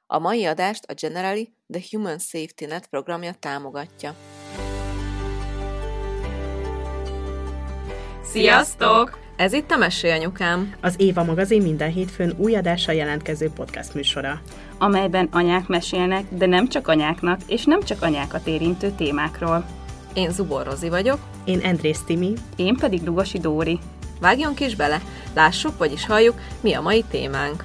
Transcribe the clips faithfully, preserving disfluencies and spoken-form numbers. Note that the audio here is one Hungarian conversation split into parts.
A mai adást a Generali The Human Safety Net programja támogatja. Sziasztok! Ez itt a Mesélj Anyukám, az Éva magazin minden hétfőn új adással jelentkező podcast műsora, amelyben anyák mesélnek, de nem csak anyáknak, és nem csak anyákat érintő témákról. Én Zubor Rozi vagyok. Én Endrész Timi. Én pedig Lugosi Dóri. Vágjunk is bele, lássuk, vagyis halljuk, mi a mai témánk.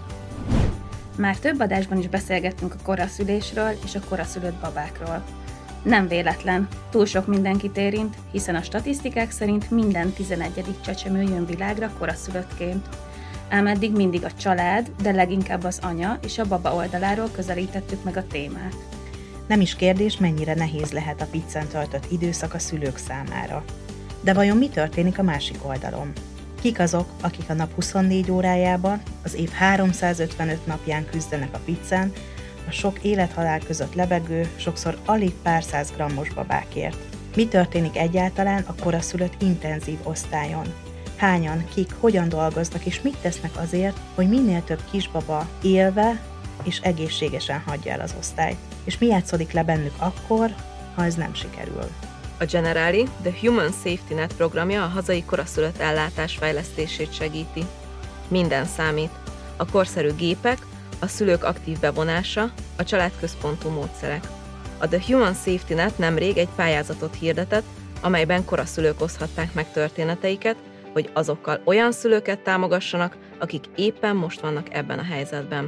Már több adásban is beszélgettünk a koraszülésről és a koraszülött babákról. Nem véletlen, túl sok mindenkit érint, hiszen a statisztikák szerint minden tizenegyedik csecsemő jön világra koraszülöttként. Ám eddig mindig a család, de leginkább az anya és a baba oldaláról közelítettük meg a témát. Nem is kérdés, mennyire nehéz lehet a piccen töltött időszak a szülők számára. De vajon mi történik a másik oldalon? Kik azok, akik a nap huszonnégy órájában, az év háromszázötvenöt napján küzdenek a piccen, a sok élethalál között lebegő, sokszor alig pár száz grammos babákért? Mi történik egyáltalán a koraszülött intenzív osztályon? Hányan, kik, hogyan dolgoznak és mit tesznek azért, hogy minél több kisbaba élve és egészségesen hagyja el az osztályt? És mi játszódik le bennük akkor, ha ez nem sikerül? A Generali The Human Safety Net programja a hazai koraszülött ellátás fejlesztését segíti. Minden számít. A korszerű gépek, a szülők aktív bevonása, a családközpontú módszerek. A The Human Safety Net nemrég egy pályázatot hirdetett, amelyben koraszülők oszthatták meg történeteiket, hogy azokkal olyan szülőket támogassanak, akik éppen most vannak ebben a helyzetben.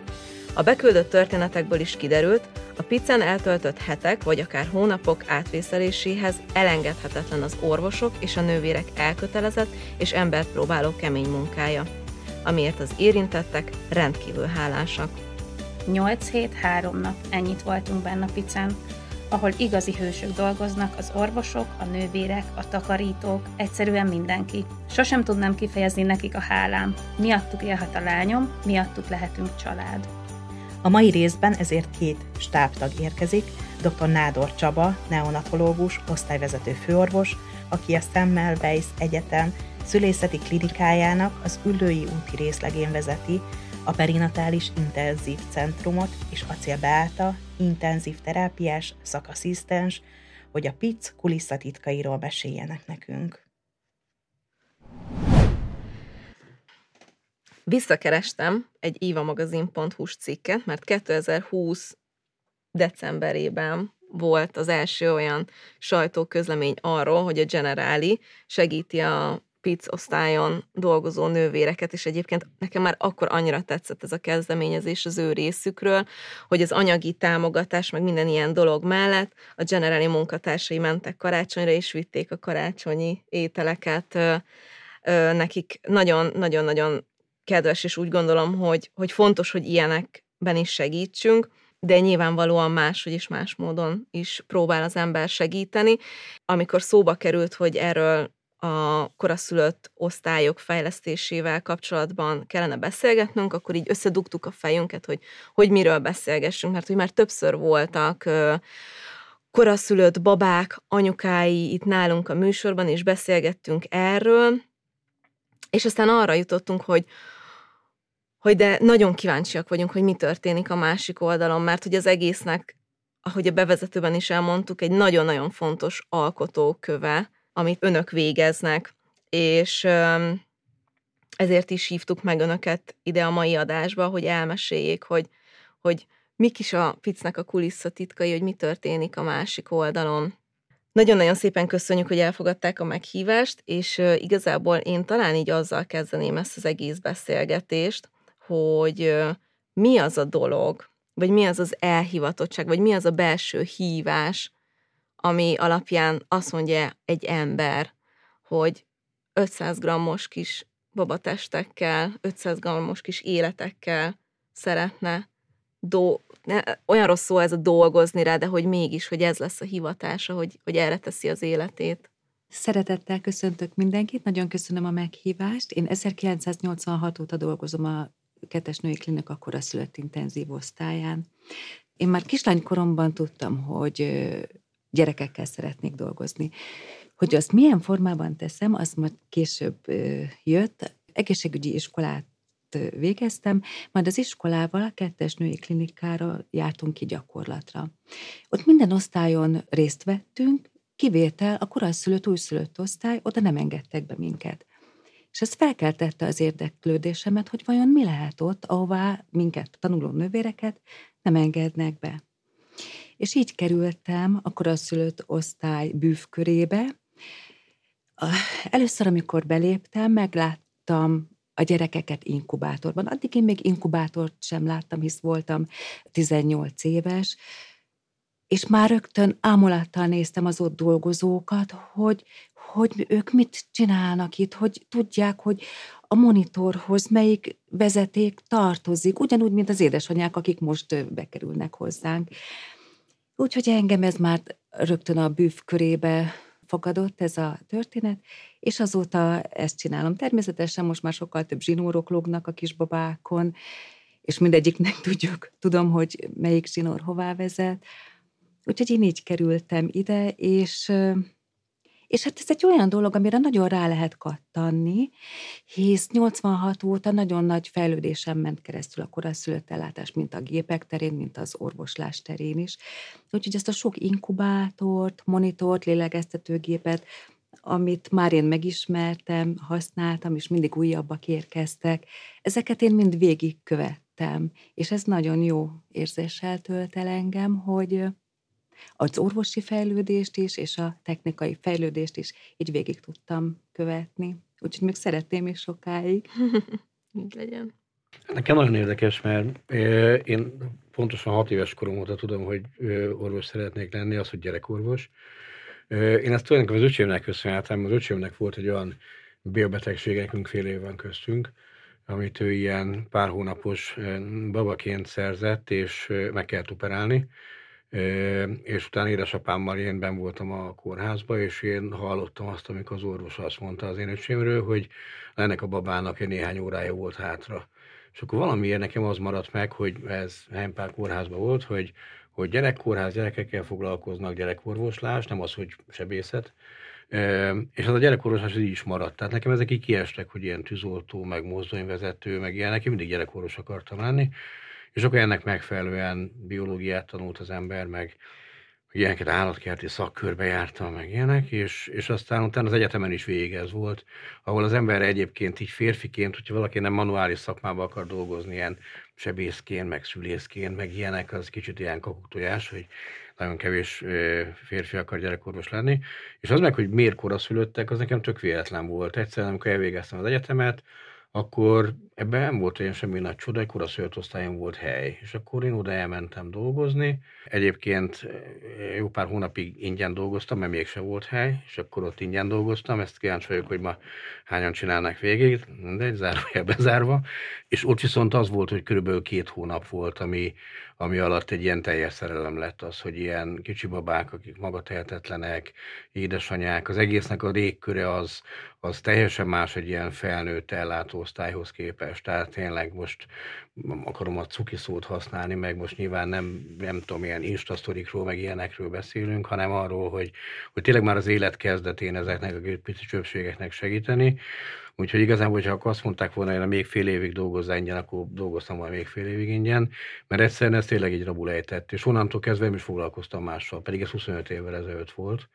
A beküldött történetekből is kiderült, a piccen eltöltött hetek vagy akár hónapok átvészeléséhez elengedhetetlen az orvosok és a nővérek elkötelezett és embert próbáló kemény munkája, amiért az érintettek rendkívül hálásak. Nyolc hét, három nap, ennyit voltunk benne a piccen, ahol igazi hősök dolgoznak, az orvosok, a nővérek, a takarítók, egyszerűen mindenki. Sosem tudnám kifejezni nekik a hálám. Miattuk élhet a lányom, miattuk lehetünk család. A mai részben ezért két stábtag érkezik, dr. Nádor Csaba, neonatológus, osztályvezető főorvos, aki a Semmelweis Egyetem szülészeti klinikájának az Üllői úti részlegén vezeti a perinatális intenzív centrumot, és Acél Beáta, intenzív terápiás szakasszisztens, hogy a picc kulisszatitkairól meséljenek nekünk. Visszakerestem egy ivamagazin pont hu-s cikket, mert kétezer-húsz decemberében volt az első olyan sajtóközlemény arról, hogy a Generali segíti a picc osztályon dolgozó nővéreket, és egyébként nekem már akkor annyira tetszett ez a kezdeményezés az ő részükről, hogy az anyagi támogatás, meg minden ilyen dolog mellett a Generali munkatársai mentek karácsonyra, és vitték a karácsonyi ételeket. Nekik nagyon-nagyon-nagyon kedves, és úgy gondolom, hogy, hogy fontos, hogy ilyenekben is segítsünk, de nyilvánvalóan máshogy és más módon is próbál az ember segíteni. Amikor szóba került, hogy erről a koraszülött osztályok fejlesztésével kapcsolatban kellene beszélgetnünk, akkor így összedugtuk a fejünket, hogy, hogy miről beszélgessünk, mert hogy már többször voltak koraszülött babák, anyukái itt nálunk a műsorban, és beszélgettünk erről, és aztán arra jutottunk, hogy hogy de nagyon kíváncsiak vagyunk, hogy mi történik a másik oldalon, mert hogy az egésznek, ahogy a bevezetőben is elmondtuk, egy nagyon-nagyon fontos alkotóköve, amit önök végeznek, és ezért is hívtuk meg önöket ide a mai adásba, hogy elmeséljék, hogy, hogy mik is a piccnek a kulisszatitkai, hogy mi történik a másik oldalon. Nagyon-nagyon szépen köszönjük, hogy elfogadták a meghívást, és igazából én talán így azzal kezdeném ezt az egész beszélgetést, hogy mi az a dolog, vagy mi az az elhivatottság, vagy mi az a belső hívás, ami alapján azt mondja egy ember, hogy ötszáz grammos kis babatestekkel, ötszáz grammos kis életekkel szeretne do- ne, olyan rossz szó ez a dolgozni rá, de hogy mégis, hogy ez lesz a hivatása, hogy, hogy erre teszi az életét. Szeretettel köszöntök mindenkit, nagyon köszönöm a meghívást. Én ezerkilencszáznyolcvanhat óta dolgozom a Kettes Női Klinika koraszülött intenzív osztályán. Én már kislánykoromban tudtam, hogy gyerekekkel szeretnék dolgozni. Hogy azt milyen formában teszem, az majd később jött. Egészségügyi iskolát végeztem, majd az iskolával a kettes női klinikára jártunk ki gyakorlatra. Ott minden osztályon részt vettünk, kivétel a koraszülött, újszülött osztály, oda nem engedtek be minket. És ez felkeltette az érdeklődésemet, hogy vajon mi lehet ott, ahová minket, tanuló nővéreket nem engednek be. És így kerültem a koraszülött osztály bűvkörébe. Először, amikor beléptem, megláttam a gyerekeket inkubátorban. Addig én még inkubátort sem láttam, hisz voltam tizennyolc éves, és már rögtön ámulattal néztem az ott dolgozókat, hogy, hogy ők mit csinálnak itt, hogy tudják, hogy a monitorhoz melyik vezeték tartozik, ugyanúgy, mint az édesanyák, akik most bekerülnek hozzánk. Úgyhogy engem ez már rögtön a bűv körébe fogadott ez a történet, és azóta ezt csinálom. Természetesen most már sokkal több zsinórok lógnak a kisbabákon, és mindegyiknek tudjuk, tudom, hogy melyik zsinór hová vezet. Úgyhogy én így kerültem ide, és, és hát ez egy olyan dolog, amire nagyon rá lehet kattanni, hisz nyolcvanhat óta nagyon nagy fejlődésen ment keresztül a koraszülött ellátás, mint a gépek terén, mint az orvoslás terén is. Úgyhogy ezt a sok inkubátort, monitort, lélegeztetőgépet, amit már én megismertem, használtam, és mindig újabbak érkeztek, ezeket én mind végigkövettem, és ez nagyon jó érzéssel tölt el engem, hogy az orvosi fejlődést is, és a technikai fejlődést is így végig tudtam követni. Úgyhogy még szeretném is sokáig. Így legyen. Nekem nagyon érdekes, mert én pontosan hat éves korom óta tudom, hogy orvos szeretnék lenni, az, hogy gyerekorvos. Én ezt tulajdonképpen az öcsémnek köszönhetem, az öcsémnek volt egy olyan bélbetegségekünk fél évben köztünk, amit ő ilyen pár hónapos babaként szerzett, és meg kellett operálni. És utána édesapámmal én benn voltam a kórházba, és én hallottam azt, amikor az orvos azt mondta az én öcsémről, hogy ennek a babának egy néhány órája volt hátra. És akkor valamiért nekem az maradt meg, hogy ez Heimpál kórházban volt, hogy, hogy gyerekkórház, gyerekekkel foglalkoznak, gyerekorvoslás, nem az, hogy sebészet. És az a gyerekorvoslás így is maradt. Tehát nekem ezek így kiestek, hogy ilyen tűzoltó, meg mozdonyvezető, meg ilyenek, én mindig gyerekorvos akartam lenni. És akkor ennek megfelelően biológiát tanult az ember, meg ilyeneket állatkerti szakkörbe jártam, meg ilyenek, és, és aztán utána az egyetemen is végig ez volt, ahol az ember egyébként így férfiként, hogyha valaki nem manuális szakmában akar dolgozni, ilyen sebészként, meg szülészként, meg ilyenek, az kicsit ilyen kakuktojás, hogy nagyon kevés férfi akar gyerekorvos lenni. És az meg, hogy miért koraszülöttek, az nekem tök véletlen volt. Egyszerűen, amikor elvégeztem az egyetemet, akkor ebben nem volt olyan semmi nagy csoda, egy koraszülött osztályon volt hely, és akkor én oda elmentem dolgozni. Egyébként jó pár hónapig ingyen dolgoztam, mert mégsem volt hely, és akkor ott ingyen dolgoztam, ezt kíváncsi vagyok, hogy ma hányan csinálnak végig, de egy zárójel bezárva. És ott viszont az volt, hogy körülbelül két hónap volt, ami, ami alatt egy ilyen teljes szerelem lett az, hogy ilyen kicsi babák, akik magatehetetlenek, édesanyák, az egésznek a légköre az, az teljesen más egy ilyen felnőtt ellátóosztályhoz képest. Tehát tényleg most akarom a cuki szót használni, meg most nyilván nem, nem tudom, ilyen instasztorikról, meg ilyenekről beszélünk, hanem arról, hogy, hogy tényleg már az élet kezdetén ezeknek a pici csöpségeknek segíteni. Úgyhogy igazából, hogyha akkor azt mondták volna, hogy még fél évig dolgozzá ingyen, akkor dolgoztam volna még fél évig ingyen, mert egyszerűen ez tényleg egy rabul ejtett, és onnantól kezdve én is foglalkoztam mással, pedig ez huszonöt évvel ezelőtt volt,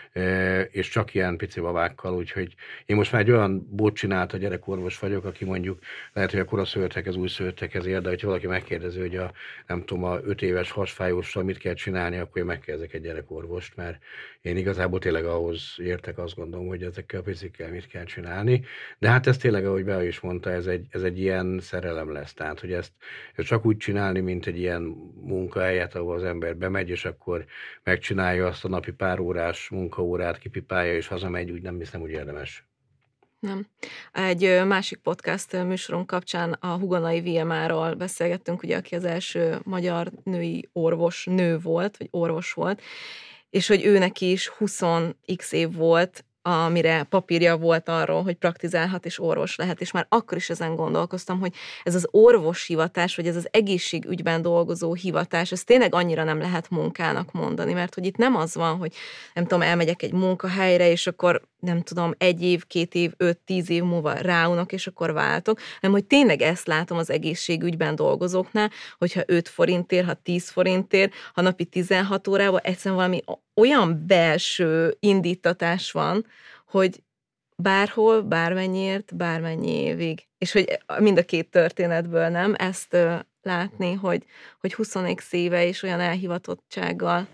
és csak ilyen pici babákkal, úgyhogy én most már egy olyan bot csinált a gyerekorvos vagyok, aki mondjuk lehet, hogy a koraszülöttekhez, újszülöttekhez ér, de hogyha valaki megkérdezi, hogy a nem tudom, a öt éves hasfájóssal mit kell csinálni, akkor én megkérdezek egy gyerekorvost, mert én igazából tényleg ahhoz értek, azt gondolom, hogy ezekkel a picikkel mit kell csinálni. De hát ez tényleg, ahogy Bea is mondta, ez egy, ez egy ilyen szerelem lesz. Tehát, hogy ezt, ezt csak úgy csinálni, mint egy ilyen munkahelyet, ahol az ember bemegy, és akkor megcsinálja azt a napi pár órás munkaórát, kipipálja, és hazamegy, úgy nem hiszem, úgy érdemes. Nem. Egy másik podcast műsorunk kapcsán a Hugonai Vilmáról beszélgettünk, ugye, aki az első magyar női orvos nő volt, vagy orvos volt, és hogy őnek is húsz x év volt, amire papírja volt arról, hogy praktizálhat és orvos lehet, és már akkor is ezen gondolkoztam, hogy ez az orvos hivatás, vagy ez az egészségügyben dolgozó hivatás, ez tényleg annyira nem lehet munkának mondani, mert hogy itt nem az van, hogy nem tudom, elmegyek egy munkahelyre, és akkor nem tudom, egy év, két év, öt, tíz év múlva ráunok, és akkor váltok, hanem hogy tényleg ezt látom az egészségügyben dolgozóknál, hogyha öt forintért, ha tíz forintért, ha napi tizenhat órában egyszerűen valami olyan belső indítatás van, hogy bárhol, bármennyiért, bármennyi évig. És hogy mind a két történetből nem ezt uh, látni, hogy, hogy huszonegy éve és olyan elhivatottsággal.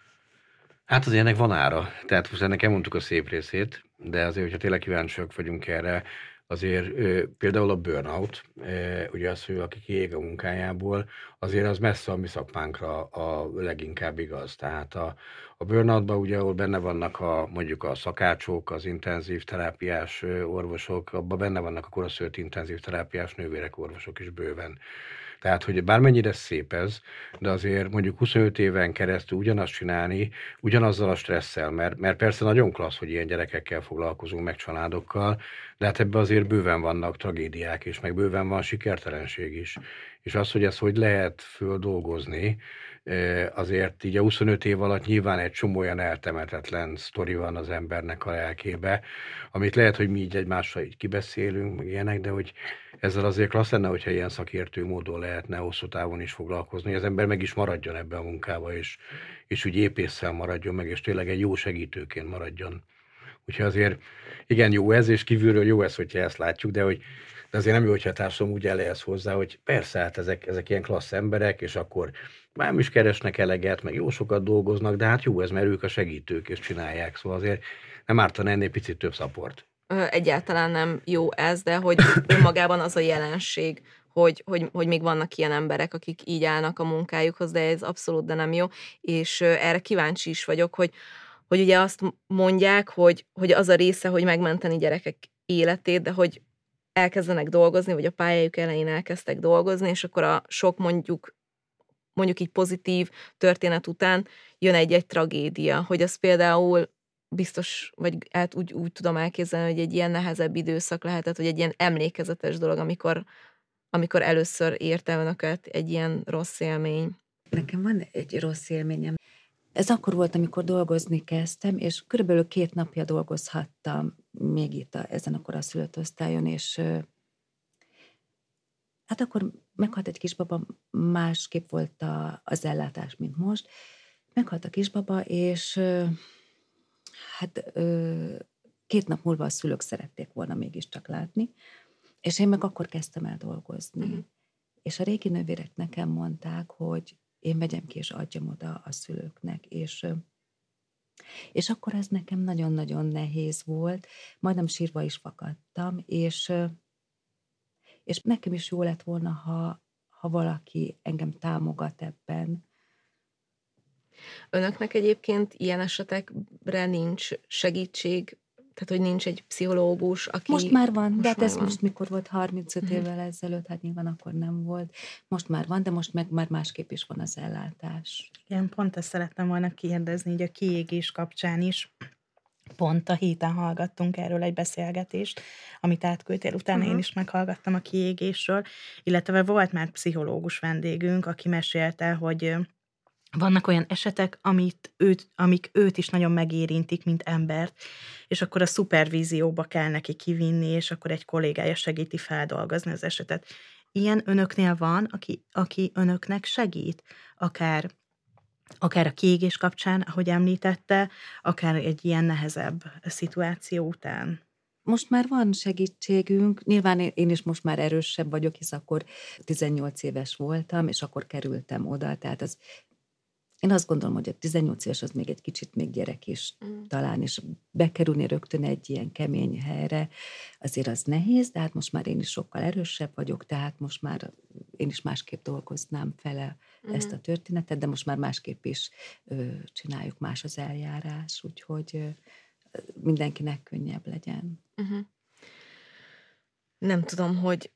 Hát azért ennek van ára. Tehát most ennek elmondtuk a szép részét, de azért, hogyha tényleg kíváncsiak vagyunk erre, azért ö, például a burnout, ö, ugye az, hogy aki kiég a munkájából, azért az messze a mi szakmánkra a leginkább igaz. Tehát a, a burnoutban ugye, ahol benne vannak a, mondjuk a szakácsok, az intenzív terápiás orvosok, abban benne vannak a koraszülött intenzív terápiás nővérek orvosok is bőven. Tehát, hogy bármennyire szép ez, de azért mondjuk huszonöt éven keresztül ugyanazt csinálni, ugyanazzal a stresszel, mert, mert persze nagyon klassz, hogy ilyen gyerekekkel foglalkozunk, meg családokkal, de hát ebben azért bőven vannak tragédiák, és meg bőven van sikertelenség is. És az, hogy ezt hogy lehet földolgozni, azért így a huszonöt év alatt nyilván egy csomó olyan eltemetetlen sztori van az embernek a lelkébe, amit lehet, hogy mi így egymással így kibeszélünk, meg ilyenek, de hogy ezzel azért klassz lenne, hogyha ilyen szakértő módon lehetne hosszú távon is foglalkozni, hogy az ember meg is maradjon ebbe a munkába, és, és úgy épésszel maradjon meg, és tényleg egy jó segítőként maradjon. Úgyhogy azért igen jó ez, és kívülről jó ez, hogyha ezt látjuk, de hogy de azért nem jó, hogyha a társadalom úgy elejesz hozzá, hogy persze, hát ezek, ezek ilyen klassz emberek, és akkor már nem is keresnek eleget, meg jó sokat dolgoznak, de hát jó ez, mert ők a segítők, és csinálják, szóval azért nem ártana ennél picit több szaport. Egyáltalán nem jó ez, de hogy önmagában az a jelenség, hogy, hogy, hogy még vannak ilyen emberek, akik így állnak a munkájukhoz, de ez abszolút de nem jó, és erre kíváncsi is vagyok, hogy, hogy ugye azt mondják, hogy, hogy az a része, hogy megmenteni gyerekek életét, de hogy elkezdenek dolgozni, vagy a pályájuk elején elkezdtek dolgozni, és akkor a sok mondjuk, mondjuk így pozitív történet után jön egy-egy tragédia, hogy az például biztos, vagy hát úgy, úgy tudom elképzelni, hogy egy ilyen nehezebb időszak lehetett, hogy egy ilyen emlékezetes dolog, amikor, amikor először érte önöket egy ilyen rossz élmény. Nekem van egy rossz élményem. Ez akkor volt, amikor dolgozni kezdtem, és körülbelül két napja dolgozhattam még itt a, ezen a koraszülött osztályon, és hát akkor meghalt egy kisbaba, másképp volt a, az ellátás, mint most. Meghalt a kisbaba, és hát két nap múlva a szülők szerették volna mégiscsak látni, és én meg akkor kezdtem el dolgozni. Mm. És a régi nővérek nekem mondták, hogy én megyem ki, és adjam oda a szülőknek, és, és akkor ez nekem nagyon-nagyon nehéz volt, majdnem sírva is fakadtam, és, és nekem is jó lett volna, ha, ha valaki engem támogat ebben. Önöknek egyébként ilyen esetekre nincs segítség, tehát hogy nincs egy pszichológus, aki... Most már van, most de hát ez van. Most mikor volt harmincöt uh-huh. évvel ezelőtt, hát nyilván akkor nem volt. Most már van, de most meg már másképp is van az ellátás. Igen, pont ezt szerettem volna kérdezni, így a kiégés kapcsán is. Pont a héten hallgattunk erről egy beszélgetést, amit átküldtél, utána uh-huh. én is meghallgattam a kiégésről, illetve volt már pszichológus vendégünk, aki mesélte, hogy vannak olyan esetek, amit őt, amik őt is nagyon megérintik, mint embert, és akkor a szupervízióba kell neki kivinni, és akkor egy kollégája segíti feldolgozni az esetet. Ilyen önöknél van, aki, aki önöknek segít, akár, akár a kiégés kapcsán, ahogy említette, akár egy ilyen nehezebb szituáció után? Most már van segítségünk, nyilván én is most már erősebb vagyok, hisz akkor tizennyolc éves voltam, és akkor kerültem oda, tehát az én azt gondolom, hogy a tizennyolc éves az még egy kicsit még gyerek is mm. talán, és bekerülni rögtön egy ilyen kemény helyre, azért az nehéz, de hát most már én is sokkal erősebb vagyok, tehát most már én is másképp dolgoznám fele mm. ezt a történetet, de most már másképp is ö, csináljuk, más az eljárás, úgyhogy ö, mindenkinek könnyebb legyen. Uh-huh. Nem tudom, hogy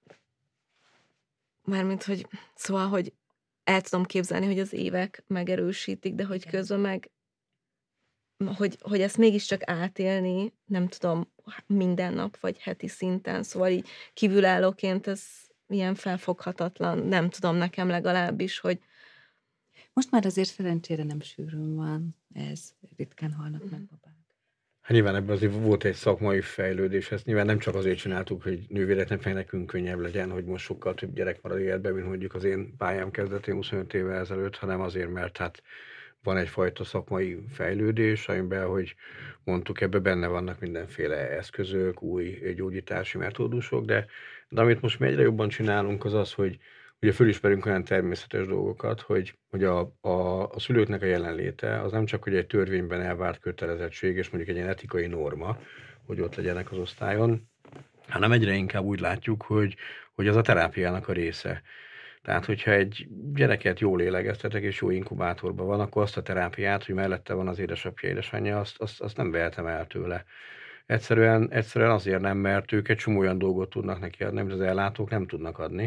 mármint, hogy szóval, hogy el tudom képzelni, hogy az évek megerősítik, de hogy igen. közben meg, hogy, hogy ezt mégiscsak átélni, nem tudom, minden nap, vagy heti szinten, szóval így kívülállóként ez ilyen felfoghatatlan, nem tudom, nekem legalábbis, hogy... Most már azért szerencsére nem sűrűn van ez, ritkán halnak mm. meg babák. Hát nyilván ebben azért volt egy szakmai fejlődés, ezt nyilván nem csak azért csináltuk, hogy nővéreknek meg nekünk könnyebb legyen, hogy most sokkal több gyerek marad életben, mint mondjuk az én pályám kezdetén huszonöt évvel ezelőtt, hanem azért, mert hát van egyfajta szakmai fejlődés, amiben, hogy mondtuk, ebben benne vannak mindenféle eszközök, új gyógyítási metódusok, de, de amit most mi egyre jobban csinálunk, az az, hogy ugye fölismerünk olyan természetes dolgokat, hogy, hogy a, a, a szülőknek a jelenléte az nem csak hogy egy törvényben elvárt kötelezettség, és mondjuk egy ilyen etikai norma, hogy ott legyenek az osztályon, hanem egyre inkább úgy látjuk, hogy, hogy az a terápiának a része. Tehát, hogyha egy gyereket jól lélegeztetek, és jó inkubátorban van, akkor azt a terápiát, hogy mellette van az édesapja, édesanyja, azt, azt, azt nem vehetem el tőle. Egyszerűen, egyszerűen azért nem, mert ők egy csomó olyan dolgot tudnak neki adni, amit az ellátók nem tudnak adni,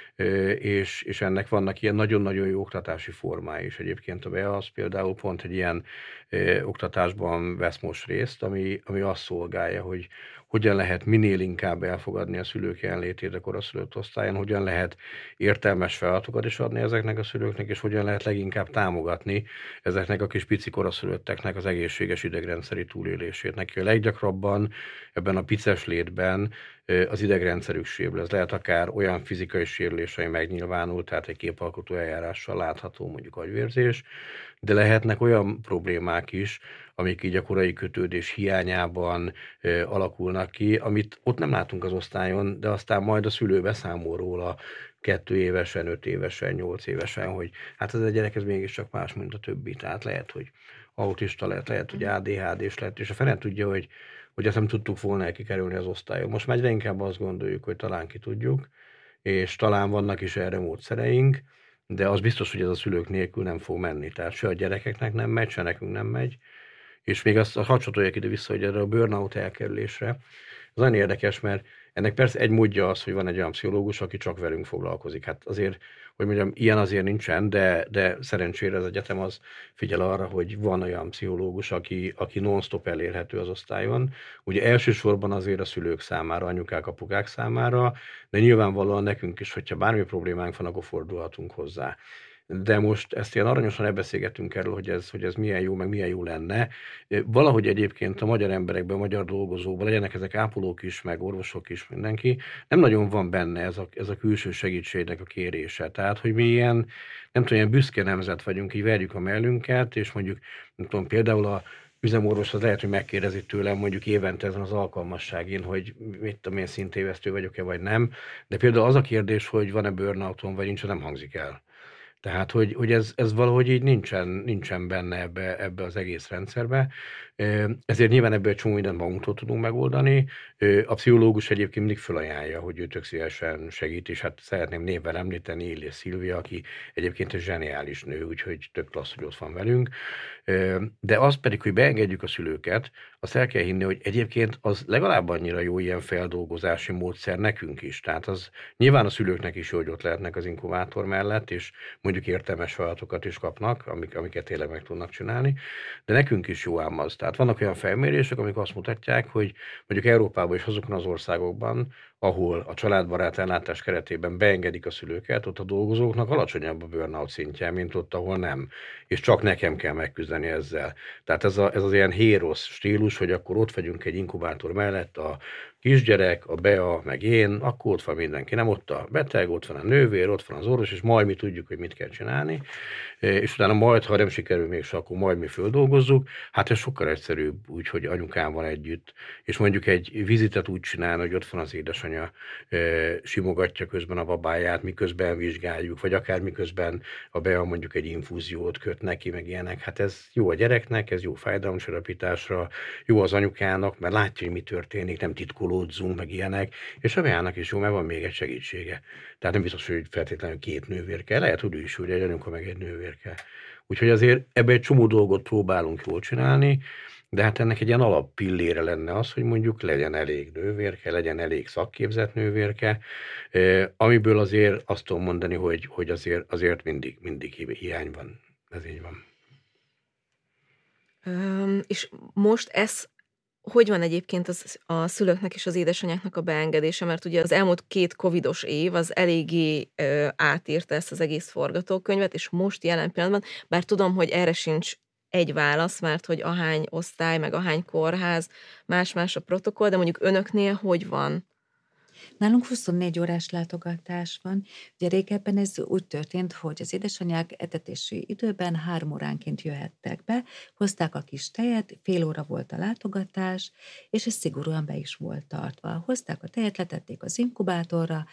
és, és ennek vannak ilyen nagyon-nagyon jó oktatási formái is. Egyébként a bé e á az például pont egy ilyen ö, oktatásban vesz most részt, ami, ami azt szolgálja, hogy hogyan lehet minél inkább elfogadni a szülők jelenlétét a koraszülött osztályon, hogyan lehet értelmes feladatokat is adni ezeknek a szülőknek, és hogyan lehet leginkább támogatni ezeknek a kis pici koraszülötteknek az egészséges idegrendszeri túlélését. Neki a leggyakrabban ebben a pices létben az idegrendszerük sérül. Ez lehet akár olyan fizikai sérülés, ami megnyilvánul, tehát egy képalkotó eljárással látható, mondjuk agyvérzés, de lehetnek olyan problémák is, amik így a korai kötődés hiányában ö, alakulnak ki, amit ott nem látunk az osztályon, de aztán majd a szülő beszámol róla kettő évesen, öt évesen, nyolc évesen, hogy hát ez a gyerek ez mégiscsak más, mint a többi. Tehát lehet, hogy autista lett, lehet, hogy á dé há dés lett, és a fene tudja, hogy hogy ezt nem tudtuk volna el kikerülni az osztályon. Most már egyre inkább azt gondoljuk, hogy talán ki tudjuk, és talán vannak is erre módszereink, de az biztos, hogy ez a szülők nélkül nem fog menni. Tehát se a gyerekeknek nem megy, se nekünk nem megy. És még azt hadd csatoljak ide vissza, hogy erre a burnout elkerülésre. Ez nagyon érdekes, mert ennek persze egy módja az, hogy van egy olyan pszichológus, aki csak velünk foglalkozik. Hát azért, hogy mondjam, ilyen azért nincsen, de, de szerencsére az egyetem az figyel arra, hogy van olyan pszichológus, aki, aki non-stop elérhető az osztályon. Ugye elsősorban azért a szülők számára, anyukák, apukák számára, de nyilvánvalóan nekünk is, hogyha bármi problémánk van, akkor fordulhatunk hozzá. De most ezt ilyen aranyosan elbeszélgetünk erről, hogy ez, hogy ez milyen jó, meg milyen jó lenne. Valahogy egyébként a magyar emberekben, a magyar dolgozóban, legyenek ezek ápolók is, meg orvosok is, mindenki, nem nagyon van benne ez a, ez a külső segítségnek a kérése. Tehát, hogy mi ilyen, nem tudom, ilyen büszke nemzet vagyunk, így verjük a mellünket, és mondjuk, nem tudom, például a üzemorvos az lehet, hogy megkérdezi tőlem mondjuk évente ezen az alkalmasságén, hogy mit tudom én, szintévesztő vagyok-e, vagy nem. De például az a kérdés, hogy van-e burnoutom, vagy nincs, nem hangzik el. Tehát, hogy, hogy ez, ez valahogy így nincsen, nincsen benne ebbe, ebbe az egész rendszerbe. Ezért nyilván ebből egy csomó mindent magunktól tudunk megoldani. A pszichológus egyébként mindig felajánlja, hogy ő tök szívesen segít, és hát szeretném névvel említeni Illés Szilvia, aki egyébként egy zseniális nő, úgyhogy tök klassz, hogy ott van velünk. De az pedig, hogy beengedjük a szülőket, azt el kell hinni, hogy egyébként az legalább annyira jó ilyen feldolgozási módszer nekünk is. Tehát az nyilván a szülőknek is jó, hogy ott lehetnek az inkubátor mellett, és mondjuk értelmes feladatokat is kapnak, amik, amiket tényleg meg tudnak csinálni, de nekünk is jó ám az. Tehát vannak olyan felmérések, amik azt mutatják, hogy mondjuk Európában és azokon az országokban, ahol a családbarát ellátás keretében beengedik a szülőket, ott a dolgozóknak alacsonyabb a burnout szintje, mint ott, ahol nem. És csak nekem kell megküzdeni ezzel. Tehát ez, a, ez az ilyen hérosz stílus, hogy akkor ott vagyunk egy inkubátor mellett, a kisgyerek, a bé e á, meg én, akkor ott van mindenki. Nem ott a beteg, ott van a nővér, ott van az orvos, és majd mi tudjuk, hogy mit kell csinálni. És utána majd, ha nem sikerül még se, akkor majd mi földolgozzuk. Hát ez sokkal egyszerűbb, úgyhogy anyukám van együtt. És mondjuk egy vizitet úgy csinálni, hogy ott van az édesanyja, simogatja közben a babáját, miközben vizsgáljuk, vagy akár miközben a bé e á mondjuk egy infúziót köt neki, meg ilyenek. Hát ez jó a gyereknek, ez jó fájdalomcsillapításra, jó az anyukának, mert látja, hogy mi történik, nem titkolódzunk, meg ilyenek, és a bé e á-nak is jó, mert van még egy segítsége. Tehát nem biztos, hogy feltétlenül két nővér kell, lehet, hogy ő is, hogy egy anyuka meg egy nővér kell. Úgyhogy azért ebbe egy csomó dolgot próbálunk jól csinálni, de hát ennek egy ilyen alappillére lenne az, hogy mondjuk legyen elég nővérke, legyen elég szakképzett nővérke, amiből azért azt tudom mondani, hogy, hogy azért, azért mindig, mindig hiány van. Ez így van. Um, és most ez hogy van egyébként az, a szülőknek és az édesanyáknak a beengedése, mert ugye az elmúlt két covidos év az eléggé ö, átírta ezt az egész forgatókönyvet, és most jelen pillanatban, bár tudom, hogy erre sincs egy válasz, mert hogy ahány osztály, meg ahány kórház, más-más a protokoll, de mondjuk önöknél hogy van? Nálunk huszonnégy órás látogatás van. Ugye régebben ez úgy történt, hogy az édesanyák etetési időben három óránként jöhettek be, hozták a kis tejet, fél óra volt a látogatás, és ez szigorúan be is volt tartva. Hozták a tejet, letették az inkubátorra,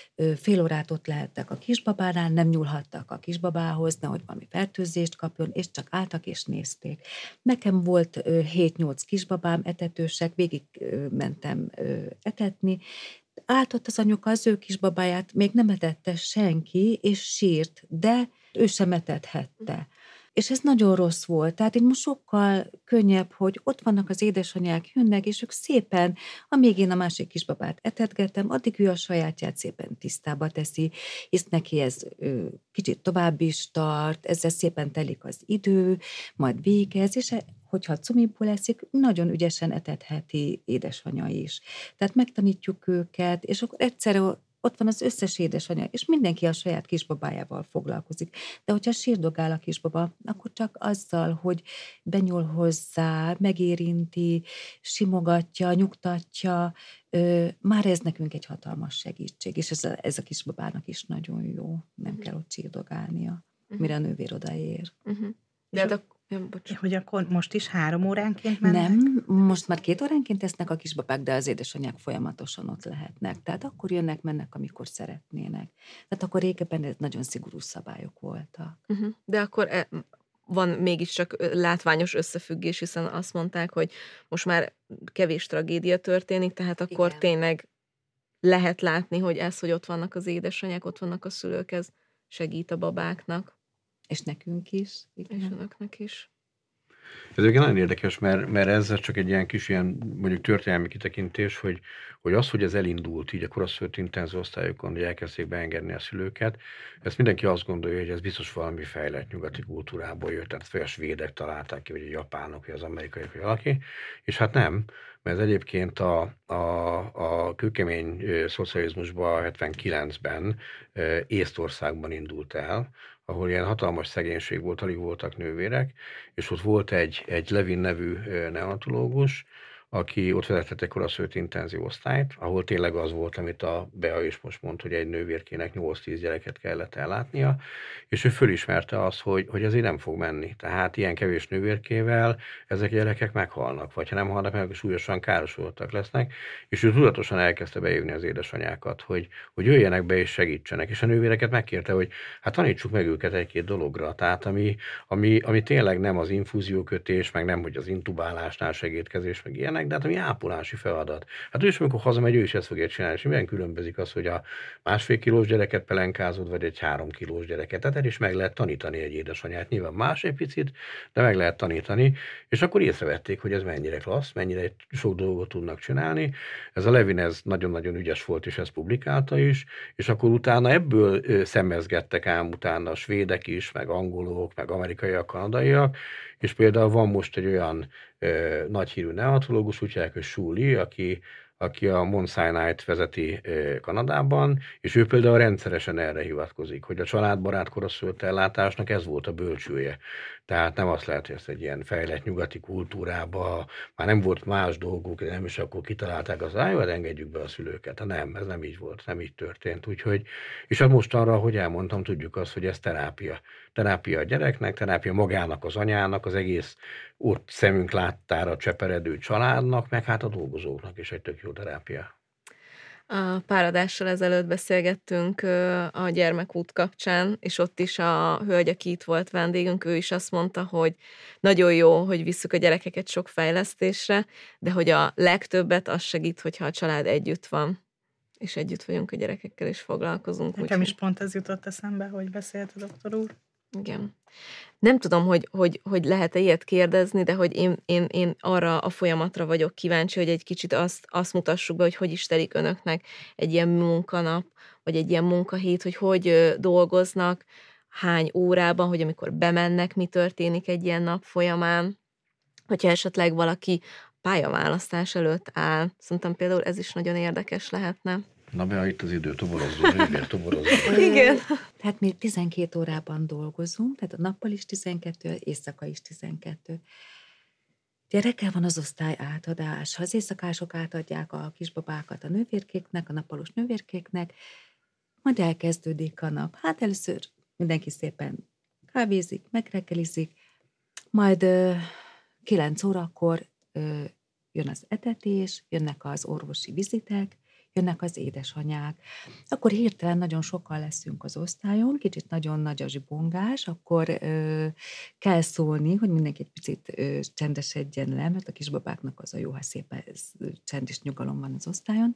fél órát ott lehettek a kisbabánál, nem nyúlhattak a kisbabához, nehogy valami fertőzést kapjon, és csak álltak és nézték. Nekem volt hét-nyolc kisbabám, etetősek, végig mentem etetni, állt ott az anyuka az ő kisbabáját, még nem etette senki, és sírt, de ő sem etethette. És ez nagyon rossz volt. Tehát így most sokkal könnyebb, hogy ott vannak az édesanyák, jönnek, és ők szépen, amíg én a másik kisbabát etetgetem, addig ő a sajátját szépen tisztába teszi, hisz neki ez ö, kicsit tovább is tart, ezzel szépen telik az idő, majd végez, és hogyha cumiból eszik, nagyon ügyesen etetheti édesanyja is. Tehát megtanítjuk őket, és akkor egyszerre ott van az összes édesanyja, és mindenki a saját kisbabájával foglalkozik. De hogyha sírdogál a kisbaba, akkor csak azzal, hogy benyúl hozzá, megérinti, simogatja, nyugtatja, ö, már ez nekünk egy hatalmas segítség, és ez a, ez a kisbabának is nagyon jó. Nem kell ott sírdogálnia, mire a nővér odaér. Uh-huh. De hát a Ja, hogy akkor most is három óránként mennek? Nem, most már két óránként esznek a kisbabák, de az édesanyák folyamatosan ott lehetnek. Tehát akkor jönnek, mennek, amikor szeretnének. Tehát akkor régebben ez nagyon szigorú szabályok voltak. Uh-huh. De akkor e, van mégiscsak látványos összefüggés, hiszen azt mondták, hogy most már kevés tragédia történik, tehát akkor Igen. tényleg lehet látni, hogy ez, hogy ott vannak az édesanyák, ott vannak a szülők, ez segít a babáknak. És nekünk is. Igen. És önöknek is. Ez egyébként nagyon érdekes, mert, mert ez csak egy ilyen kis ilyen, mondjuk történelmi kitekintés, hogy, hogy az, hogy ez elindult így a koraszülött intenzív osztályokon, hogy elkezdték beengedni a szülőket, ezt mindenki azt gondolja, hogy ez biztos valami fejlett nyugati kultúrából jött, tehát vagy a svédek találták ki, vagy a japánok, vagy az amerikaiak, vagy valaki, és hát nem, mert ez egyébként a, a, a kőkemény szocializmusban hetvenkilencben Észtországban indult el, ahol ilyen hatalmas szegénység volt, alig voltak nővérek, és ott volt egy, egy Levin nevű neonatológus, aki ott vezetett egy koraszülött intenzív osztályt, ahol tényleg az volt, amit a Bea is most mondta, hogy egy nővérkének nyolc-tíz gyereket kellett ellátnia, és ő fölismerte azt, hogy, hogy ez így nem fog menni. Tehát ilyen kevés nővérkével ezek a gyerekek meghalnak, vagy ha nem halnak meg, súlyosan károsultak lesznek, és ő tudatosan elkezdte bejövni az édesanyákat, hogy, hogy jöjjenek be és segítsenek. És a nővéreket megkérte, hogy hát tanítsuk meg őket egy-két dologra, tehát ami, ami, ami tényleg nem az infúziókötés, meg nem, hogy az intubálásnál segítkezés, meg ilyenek, de hát ami ápolási feladat. Hát ő is, amikor hazamegy, ő is ezt fogja csinálni, és milyen különbözik az, hogy a másfél kilós gyereket pelenkázod, vagy egy három kilós gyereket. Tehát el is meg lehet tanítani egy édesanyát. Nyilván más egy picit, de meg lehet tanítani, és akkor észrevették, hogy ez mennyire klassz, mennyire sok dolgot tudnak csinálni. Ez a Levin ez nagyon-nagyon ügyes volt, és ezt publikálta is, és akkor utána ebből szemezgettek ám utána a svédek is, meg angolok, meg amerikaiak, kanadaiak, és például van most egy olyan ö, nagy hírű neonatológus, úgy hívják, hogy Shu Lee, aki, aki a Mount Sinai-t vezeti ö, Kanadában, és ő például rendszeresen erre hivatkozik, hogy a családbarát koraszülött ellátásnak ez volt a bölcsője. Tehát nem azt lehet, hogy ezt egy ilyen fejlett nyugati kultúrába, már nem volt más dolguk, nem is akkor kitalálták az ájúat, engedjük be a szülőket. Ha nem, ez nem így volt, nem így történt. Úgyhogy, és hát mostanra, ahogy elmondtam, tudjuk azt, hogy ez terápia. Terápia a gyereknek, terápia magának, az anyának, az egész ott szemünk láttára cseperedő családnak, meg hát a dolgozóknak is egy tök jó terápia. A pár adással ezelőtt beszélgettünk a gyermekút kapcsán, és ott is a hölgy, aki itt volt vendégünk, ő is azt mondta, hogy nagyon jó, hogy visszük a gyerekeket sok fejlesztésre, de hogy a legtöbbet az segít, hogyha a család együtt van, és együtt vagyunk a gyerekekkel, és foglalkozunk. Nekem úgy, is pont ez jutott eszembe, hogy beszélt a doktor úr. Igen. Nem tudom, hogy, hogy, hogy lehet-e ilyet kérdezni, de hogy én, én, én arra a folyamatra vagyok kíváncsi, hogy egy kicsit azt, azt mutassuk be, hogy hogy is telik önöknek egy ilyen munkanap, vagy egy ilyen munkahét, hogy hogy dolgoznak, hány órában, hogy amikor bemennek, mi történik egy ilyen nap folyamán, hogyha esetleg valaki pályaválasztás előtt áll. Szerintem például ez is nagyon érdekes lehetne. Na be, itt az idő toborozó, nővér toborozó. Igen. Tehát mi tizenkét órában dolgozunk, tehát a nappal is tizenkettő, éjszaka is tizenkettő. Gyerekkel van az osztály átadás. Az éjszakások átadják a kisbabákat a nővérkéknek, a nappalos nővérkéknek, majd elkezdődik a nap. Hát először mindenki szépen kávézik, megreggelizik, majd ö, kilenc órakor ö, jön az etetés, jönnek az orvosi vizitek, jönnek az édesanyák. Akkor hirtelen nagyon sokan leszünk az osztályon, kicsit nagyon nagy a zsibongás, akkor ö, kell szólni, hogy mindenki egy picit ö, csendesedjen le, mert a kisbabáknak az a jó, ha szépen ez, csend és nyugalom van az osztályon.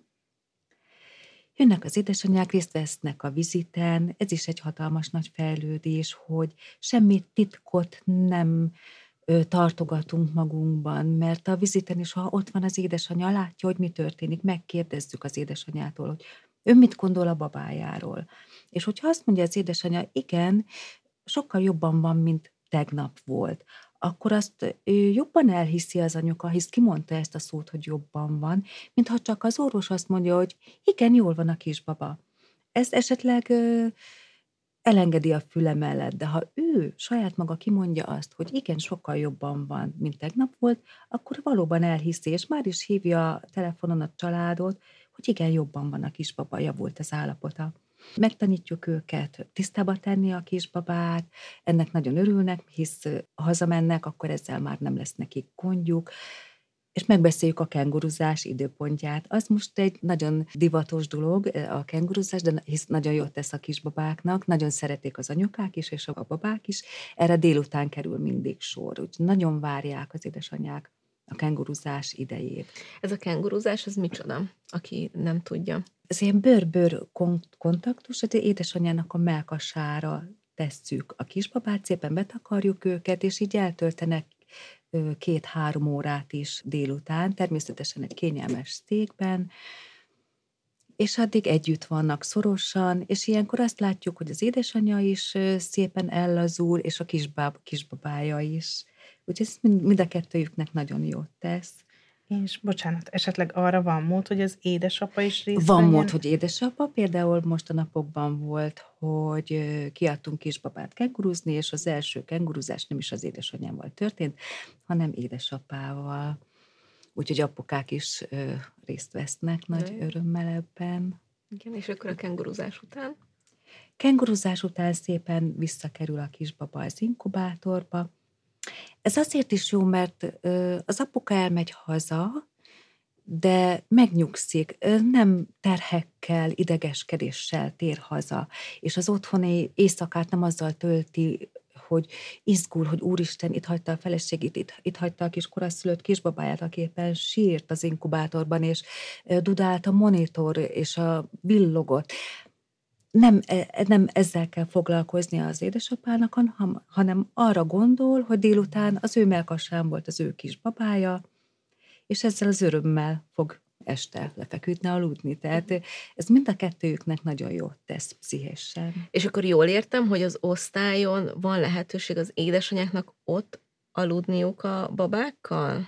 Jönnek az édesanyák, részt vesznek a viziten, ez is egy hatalmas nagy fejlődés, hogy semmi titkot nem ö, tartogatunk magunkban, mert a viziten is, ha ott van az édesanyja, látja, hogy mi történik, megkérdezzük az édesanyjától, hogy ő mit gondol a babájáról. És hogyha azt mondja az édesanyja, igen, sokkal jobban van, mint tegnap volt, akkor azt jobban elhiszi az anyuka, hisz kimondta ezt a szót, hogy jobban van, mintha csak az orvos azt mondja, hogy igen, jól van a kisbaba. Ez esetleg ö, elengedi a füle mellett, de ha ő saját maga kimondja azt, hogy igen, sokkal jobban van, mint tegnap volt, akkor valóban elhiszi, és már is hívja a telefonon a családot, hogy igen, jobban van a kisbaba, javult az állapota. Megtanítjuk őket tisztába tenni a kisbabát, ennek nagyon örülnek, hisz ha hazamennek, akkor ezzel már nem lesz nekik gondjuk, és megbeszéljük a kenguruzás időpontját. Az most egy nagyon divatos dolog, a kenguruzás, de hisz nagyon jót tesz a kisbabáknak, nagyon szeretik az anyukák is, és a babák is. Erre délután kerül mindig sor, úgyhogy nagyon várják az édesanyák a kenguruzás idejét. Ez a kenguruzás, az micsoda, aki nem tudja? Ez ilyen bőr-bőr kontaktus, hogy édesanyjának a mellkasára tesszük a kisbabát, szépen betakarjuk őket, és így eltöltenek két-három órát is délután, természetesen egy kényelmes székben, és addig együtt vannak szorosan, és ilyenkor azt látjuk, hogy az édesanyja is szépen ellazul, és a kisbab, kisbabája is. Úgyhogy ez mind a kettőjüknek nagyon jót tesz. És bocsánat, esetleg arra van mód, hogy az édesapa is részt Van vegyen? mód, hogy édesapa. Például most a napokban volt, hogy kiadtunk kisbabát kenguruzni, és az első kenguruzás nem is az édesanyával történt, hanem édesapával. Úgyhogy apukák is ö, részt vesznek nagy De. örömmel ebben. Igen, és akkor a kenguruzás után? Kenguruzás után szépen visszakerül a kisbaba az inkubátorba. Ez azért is jó, mert ö, az apuka elmegy haza, de megnyugszik, ö, nem terhekkel, idegeskedéssel tér haza, és az otthoni éjszakát nem azzal tölti, hogy izgul, hogy úristen, itt hagyta a feleségét, itt, itt hagyta a kis koraszülött kisbabáját, aki éppen sírt az inkubátorban, és ö, dudált a monitor, és a villogott. Nem, nem ezzel kell foglalkozni az édesapának, hanem arra gondol, hogy délután az ő mellkasán volt az ő kis babája, és ezzel az örömmel fog este lefeküdni, aludni. Tehát ez mind a kettőjüknek nagyon jót tesz pszichésen. És akkor jól értem, hogy az osztályon van lehetőség az édesanyáknak ott aludniuk a babákkal?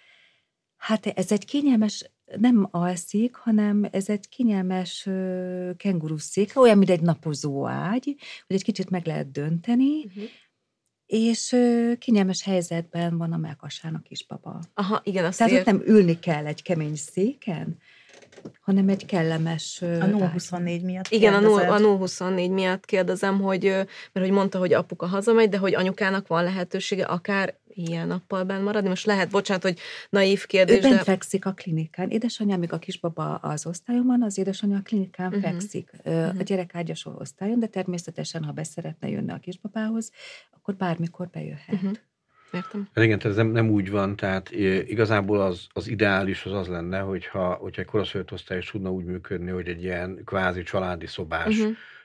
Hát ez egy kényelmes, nem alszik, hanem ez egy kényelmes uh, kenguruszék, olyan, mint egy napozó ágy, hogy egy kicsit meg lehet dönteni, uh-huh. és uh, kényelmes helyzetben van a mellkasán a kisbaba. Aha, igen, azt Tehát ér... ott nem ülni kell egy kemény széken, hanem egy kellemes... A nulla huszonnégy miatt Igen, a nulla huszonnégy miatt kérdezem, hogy, mert hogy mondta, hogy apuka hazamegy, de hogy anyukának van lehetősége akár ilyen nappal benn maradni. Most lehet, bocsánat, hogy naív kérdés, ő bent de... fekszik a klinikán. Édesanyja, míg a kisbaba az osztályon van, az édesanyja a klinikán uh-huh. fekszik. Uh-huh. A gyerek ágyas osztályon, de természetesen, ha beszeretne jönni a kisbabához, akkor bármikor bejöhet. Uh-huh. Értem. Hát igen, tehát ez nem, nem úgy van, tehát igazából az, az ideális az az lenne, hogyha, hogyha egy koraszülött osztály is tudna úgy működni, hogy egy ilyen kvázi családi szobás uh-huh.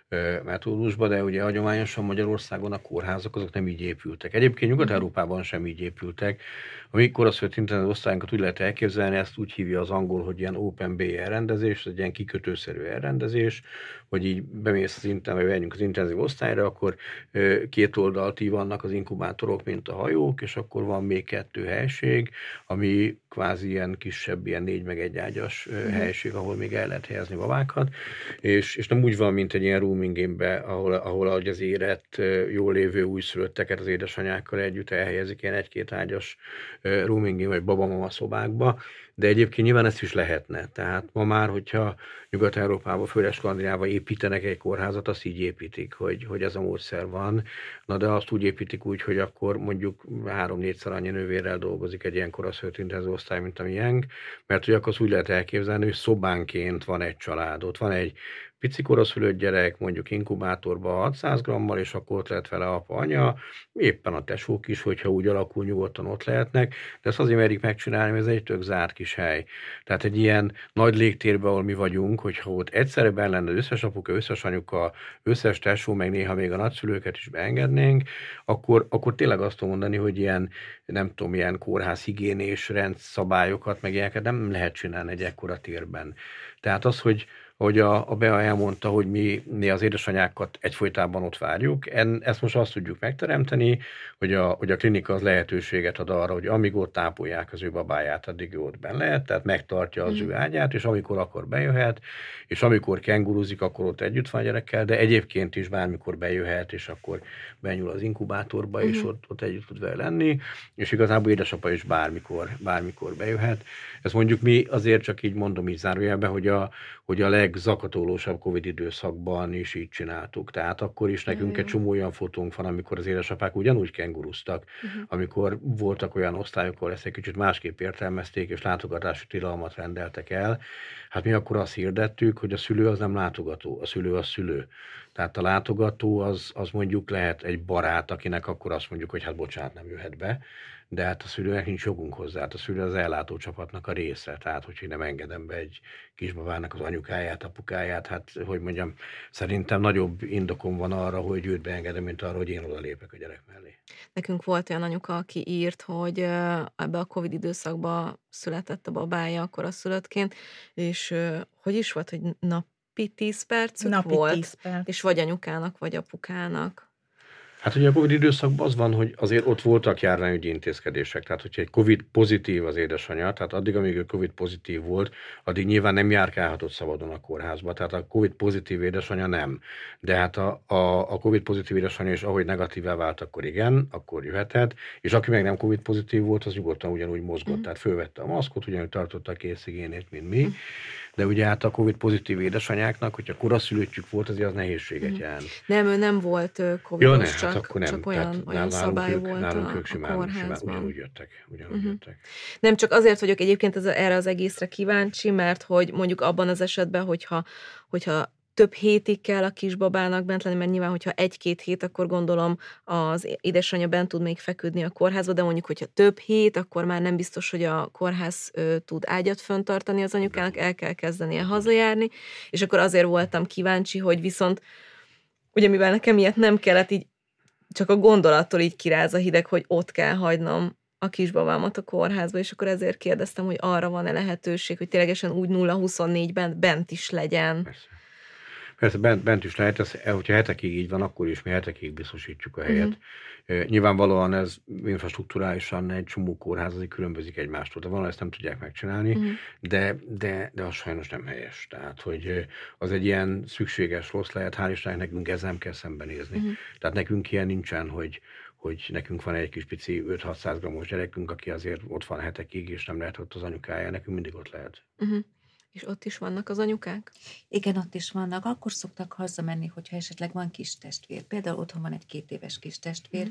metódusba, de ugye hagyományosan Magyarországon a kórházak azok nem így épültek. Egyébként Nyugat-Európában sem így épültek. A mi koraszülött internet osztályunkat úgy lehet elképzelni, ezt úgy hívja az angol, hogy ilyen open bay elrendezés, egy ilyen kikötőszerű elrendezés, hogy így bemész az internet, vagy menjünk az intenzív osztályra, akkor két oldalt így vannak az inkubátorok, mint a hajók, és akkor van még kettő helység, ami kvázi ilyen kisebb, ilyen négy meg egy ágyas mm. helység, ahol még el lehet helyezni babákat, és, és nem úgy van, mint egy ilyen rooming game-be, ahol, ahol az érett, jól lévő újszülötteket az édesanyákkal együtt elhelyezik ilyen egy-két ágyas rooming game, vagy babamama szobákba, de egyébként nyilván ezt is lehetne. Tehát ma már, hogyha Nyugat-Európában, főleg Skandinávában építenek egy kórházat, azt így építik, hogy, hogy ez a módszer van. Na de azt úgy építik úgy, hogy akkor mondjuk három-négyszer annyi nővérrel dolgozik egy ilyen koraszülött intenzív osztály, mint a miénk, mert hogy akkor azt úgy lehet elképzelni, hogy szobánként van egy család, ott van egy pici koraszülött gyerek, mondjuk inkubátorban hatszáz grammal, és akkor ott lehet vele apa, anya, éppen a tesók is, hogyha úgy alakul, nyugodtan ott lehetnek, de ezt azért merik megcsinálni, mert ez egy tök zárt kis hely. Tehát egy ilyen nagy légtérben, ahol mi vagyunk, hogyha ott egyszerre benn lenne az összes apuka, összes anyuka, összes tesó, meg néha még a nagyszülőket is beengednénk, akkor, akkor tényleg azt tudom mondani, hogy ilyen, nem tudom, ilyen kórházhigiénés rendszabályokat, meg ilyeneket nem lehet csinálni egy ekkora térben. Tehát az, hogy ahogy a, a Bea elmondta, hogy mi, mi az édesanyákat egyfolytában ott várjuk. En, ezt most azt tudjuk megteremteni, hogy a, hogy a klinika az lehetőséget ad arra, hogy amíg ott tápolják az ő babáját, addig ő ott benn lehet, tehát megtartja az mm. ő ágyát, és amikor akar bejöhet, és amikor kenguruzik, akkor ott együtt van a gyerekkel, de egyébként is bármikor bejöhet, és akkor benyúl az inkubátorba, mm. és ott, ott együtt tud vele lenni, és igazából édesapa is bármikor, bármikor bejöhet. Ez mondjuk mi azért csak így mondom így zárójelben, hogy a, hogy a legzakatolósabb Covid időszakban is így csináltuk. Tehát akkor is nekünk egy csomó olyan fotónk van, amikor az édesapák ugyanúgy kenguruztak, uh-huh. amikor voltak olyan osztályok, ahol ezt egy kicsit másképp értelmezték, és látogatási tilalmat rendeltek el. Hát mi akkor azt hirdettük, hogy a szülő az nem látogató, a szülő az szülő. Tehát a látogató az, az mondjuk lehet egy barát, akinek akkor azt mondjuk, hogy hát bocsánat, nem jöhet be, de hát a szülőnek nincs jogunk hozzá, hát a szülő az ellátó csapatnak a része, tehát hogyha nem engedem be egy kisbabának az anyukáját, apukáját, hát hogy mondjam, szerintem nagyobb indokom van arra, hogy őt beengedem, mint arra, hogy én oda lépek a gyerek mellé. Nekünk volt olyan anyuka, aki írt, hogy ebbe a Covid időszakban született a babája koraszülöttként, és hogy is volt, hogy napi tíz percük napi volt, tíz perc. És vagy anyukának, vagy apukának. Hát ugye a Covid időszakban az van, hogy azért ott voltak járványügyi intézkedések, tehát hogyha egy Covid pozitív az édesanyja, tehát addig, amíg ő Covid pozitív volt, addig nyilván nem járkálhatott szabadon a kórházba, tehát a Covid pozitív édesanyja nem. De hát a, a, a Covid pozitív édesanyja is, ahogy negatívá vált, akkor igen, akkor jöhetett, és aki meg nem Covid pozitív volt, az nyugodtan ugyanúgy mozgott, mm. tehát fölvette a maszkot, ugyanúgy tartotta a készhigiénét, mint mi. Mm. De ugye hát a Covid pozitív édesanyáknak, hogyha koraszülöttjük volt, azért az nehézséget mm. jelent. Nem, ő nem volt Covid-os, ja, ne, csak, hát akkor nem. csak olyan, olyan szabály ők, volt nálunk a, ők simán, a kórházban. Simán, ugyanúgy jöttek. Ugyanúgy uh-huh. jöttek. Nem, csak azért vagyok egyébként ez, erre az egészre kíváncsi, mert hogy mondjuk abban az esetben, hogyha, hogyha több hétig kell a kisbabának bent lenni, mert nyilván, hogyha egy-két hét, akkor gondolom az édesanyja bent tud még feküdni a kórházba, de mondjuk, hogyha több hét, akkor már nem biztos, hogy a kórház ö, tud ágyat föntartani az anyukának, el kell kezdenie hazajárni, és akkor azért voltam kíváncsi, hogy viszont, ugye mivel nekem ilyet nem kellett, így csak a gondolattól így kiráz a hideg, hogy ott kell hagynom a kisbabámat a kórházba, és akkor ezért kérdeztem, hogy arra van-e lehetőség, hogy ténylegesen úgy nulla huszonnégyben bent is legyen. Persze. Persze bent, bent is lehet, ez, hogyha hetekig így van, akkor is mi hetekig biztosítjuk a helyet. Uh-huh. Nyilvánvalóan ez infrastrukturálisan egy csomó kórház azért különbözik egymástól, de valahol ezt nem tudják megcsinálni, uh-huh. de, de, de az sajnos nem helyes. Tehát, hogy az egy ilyen szükséges rossz lehet, hál' Istennek nekünk ezzel nem kell szembenézni. Uh-huh. Tehát nekünk ilyen nincsen, hogy hogy nekünk van egy kis pici öt-hatszáz grammos gyerekünk, aki azért ott van hetekig, és nem lehet ott az anyukája, nekünk mindig ott lehet. Uh-huh. És ott is vannak az anyukák? Igen, ott is vannak. Akkor szoktak hazamenni, hogyha esetleg van kis testvér. Például otthon van egy két éves kis testvér. Mm.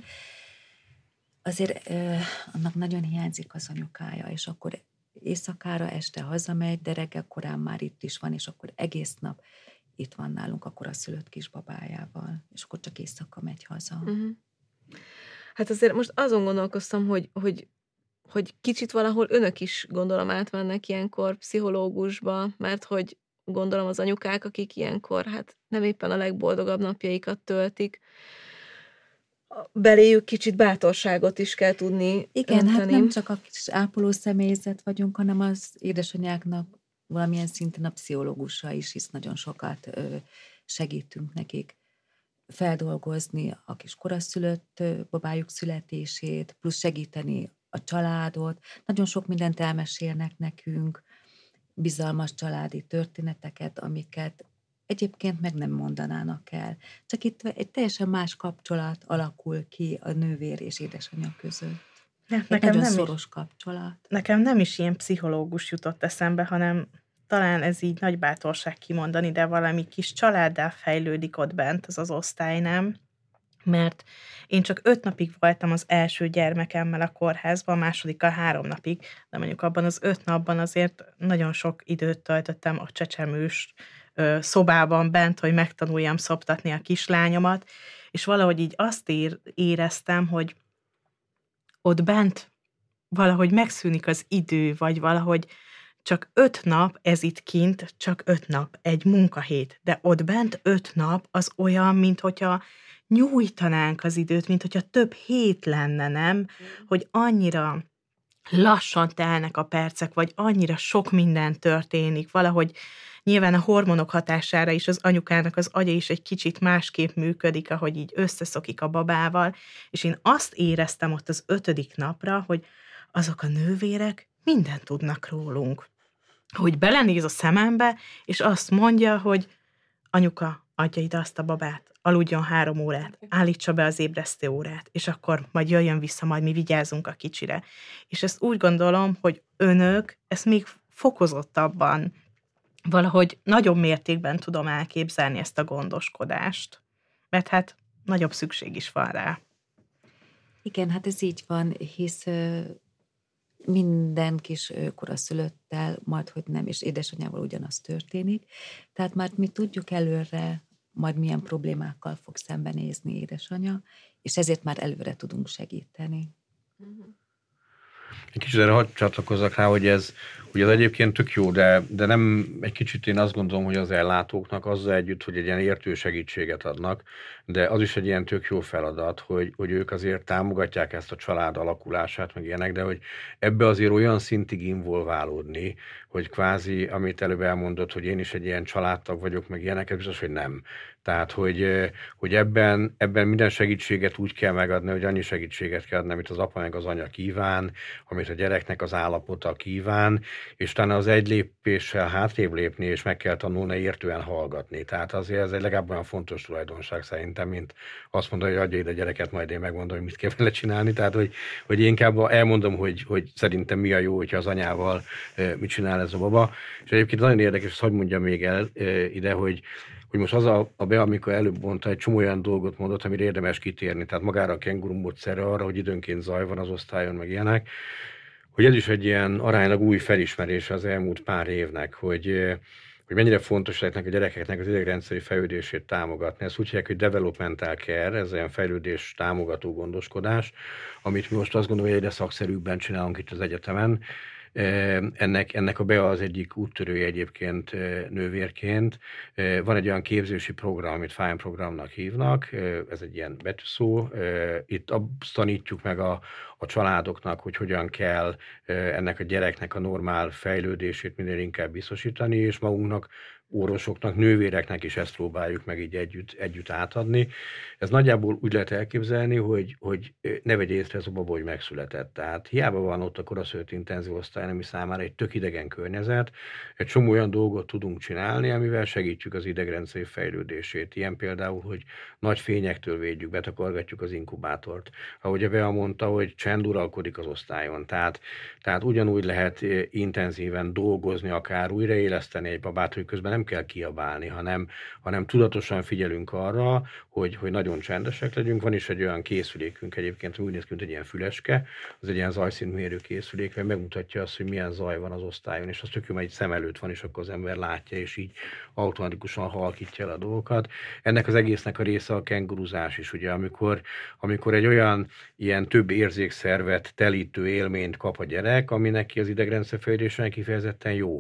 Azért ö, annak nagyon hiányzik az anyukája, és akkor éjszakára, este hazamegy, de reggel korán már itt is van, és akkor egész nap itt van nálunk akkor a szülött kisbabájával, és akkor csak éjszaka megy haza. Mm-hmm. Hát azért most azon gondolkoztam, hogy, hogy hogy kicsit valahol önök is gondolom átmennek ilyenkor pszichológusba, mert hogy, gondolom az anyukák, akik ilyenkor hát nem éppen a legboldogabb napjaikat töltik. Beléjük kicsit bátorságot is kell tudni Igen, önteni. hát nem csak a kis ápoló személyzet vagyunk, hanem az édesanyáknak valamilyen szinten a pszichológusa is, hisz nagyon sokat ö, segítünk nekik feldolgozni a kis koraszülött babájuk születését, plusz segíteni a családot. Nagyon sok mindent elmesélnek nekünk, bizalmas családi történeteket, amiket egyébként meg nem mondanának el. Csak itt egy teljesen más kapcsolat alakul ki a nővér és édesanyja között. Ja, egy nekem nagyon nem szoros is, kapcsolat. Nekem nem is ilyen pszichológus jutott eszembe, hanem talán ez így nagy bátorság kimondani, de valami kis családdá fejlődik ott bent az az osztály, nem? Mert én csak öt napig voltam az első gyermekemmel a kórházban, a másodikkal három napig, de mondjuk abban az öt napban azért nagyon sok időt töltöttem a csecsemős ö, szobában bent, hogy megtanuljam szoptatni a kislányomat, és valahogy így azt ér, éreztem, hogy ott bent valahogy megszűnik az idő, vagy valahogy csak öt nap, ez itt kint, csak öt nap, egy munkahét, de ott bent öt nap az olyan, mint hogyha nyújtanánk az időt, mint hogyha több hét lenne, nem? Mm. Hogy annyira lassan telnek a percek, vagy annyira sok minden történik, valahogy nyilván a hormonok hatására is az anyukának az agya is egy kicsit másképp működik, ahogy így összeszokik a babával, és én azt éreztem ott az ötödik napra, hogy azok a nővérek mindent tudnak rólunk. Hogy belenéz a szemembe, és azt mondja, hogy anyuka, adja ide azt a babát, aludjon három órát, állítsa be az ébresztő órát, és akkor majd jöjjön vissza, majd mi vigyázunk a kicsire. És ezt úgy gondolom, hogy önök ezt még fokozottabban, valahogy nagyobb mértékben tudom elképzelni ezt a gondoskodást, mert hát nagyobb szükség is van rá. Igen, hát ez így van, hisz minden kis koraszülöttel, majd hogy nem, és édesanyával ugyanaz történik. Tehát már mi tudjuk előre, majd milyen problémákkal fog szembenézni édesanya, és ezért már előre tudunk segíteni. Egy kicsit erre hadd csatlakozzak rá, hogy ez, hogy ez egyébként tök jó, de, de nem egy kicsit én azt gondolom, hogy az ellátóknak azzal együtt, hogy egy ilyen értő segítséget adnak, de az is egy ilyen tök jó feladat, hogy, hogy ők azért támogatják ezt a család alakulását, meg ilyenek, de hogy ebbe azért olyan szintig involválódni, hogy kvázi, amit előbb elmondott, hogy én is egy ilyen családtag vagyok, meg ilyeneket, biztos, hogy nem. Tehát, hogy, hogy ebben, ebben minden segítséget úgy kell megadni, hogy annyi segítséget kell adni, amit az apa meg az anya kíván, amit a gyereknek az állapota kíván, és talán az egy lépéssel hátrébb lépni, és meg kell tanulni értően hallgatni. Tehát azért ez egy legalább olyan fontos tulajdonság szerintem, mint azt mondani, hogy adja ide a gyereket, majd én megmondom, hogy mit kell vele csinálni. Tehát, hogy, hogy én inkább elmondom, hogy, hogy szerintem mi a jó, hogyha az anyával mit csinál ez a baba. És egyébként nagyon érdekes, hogy mondjam még el ide, hogy hogy most az a, a be, amikor előbb mondta, egy csomó olyan dolgot mondott, amire érdemes kitérni, tehát magára a kenguru módszerre, arra, hogy időnként zaj van az osztályon, meg ilyenek, hogy ez is egy ilyen aránylag új felismerés az elmúlt pár évnek, hogy, hogy mennyire fontos ezeknek a gyerekeknek az idegrendszeri fejlődését támogatni. Ezt úgy hívják, hogy developmental care, ez olyan fejlődés támogató gondoskodás, amit mi most azt gondolom, hogy egyre szakszerűbben csinálunk itt az egyetemen. Ennek, ennek a Bea az egyik úttörője egyébként nővérként. Van egy olyan képzési program, amit Fine programnak hívnak, ez egy ilyen betűszó. Itt azt tanítjuk meg a, a családoknak, hogy hogyan kell ennek a gyereknek a normál fejlődését minél inkább biztosítani, és magunknak, orvosoknak, nővéreknek is ezt próbáljuk meg így együtt, együtt átadni. Ez nagyjából úgy lehet elképzelni, hogy, hogy ne vegye észre ez a baba, hogy megszületett. Tehát hiába van ott a koraszülött intenzív osztály, ami számára egy tök idegen környezet, egy csomó olyan dolgot tudunk csinálni, amivel segítjük az idegrendszeri fejlődését. Ilyen például, hogy nagy fényektől védjük, betakargatjuk az inkubátort. Ahogy a Bea mondta, hogy csend uralkodik az osztályon. Tehát, tehát ugyanúgy lehet intenzíven dolgozni, akár újraéleszteni egy babát, hogy közben nem kell kiabálni, hanem, hanem tudatosan figyelünk arra, hogy, hogy nagyon csendesek legyünk. Van is egy olyan készülékünk egyébként, úgy néz ki, mint egy ilyen füleske, az egy ilyen zajszintmérő készülék, mert megmutatja azt, hogy milyen zaj van az osztályon, és az tök jó, mert egy szem előtt van, és akkor az ember látja, és így automatikusan halkítja el a dolgokat. Ennek az egésznek a része a kenguruzás is, ugye, amikor, amikor egy olyan ilyen több érzékszervet telítő élményt kap a gyerek, ami neki az idegrendszer fejlődésének kifejezetten jó.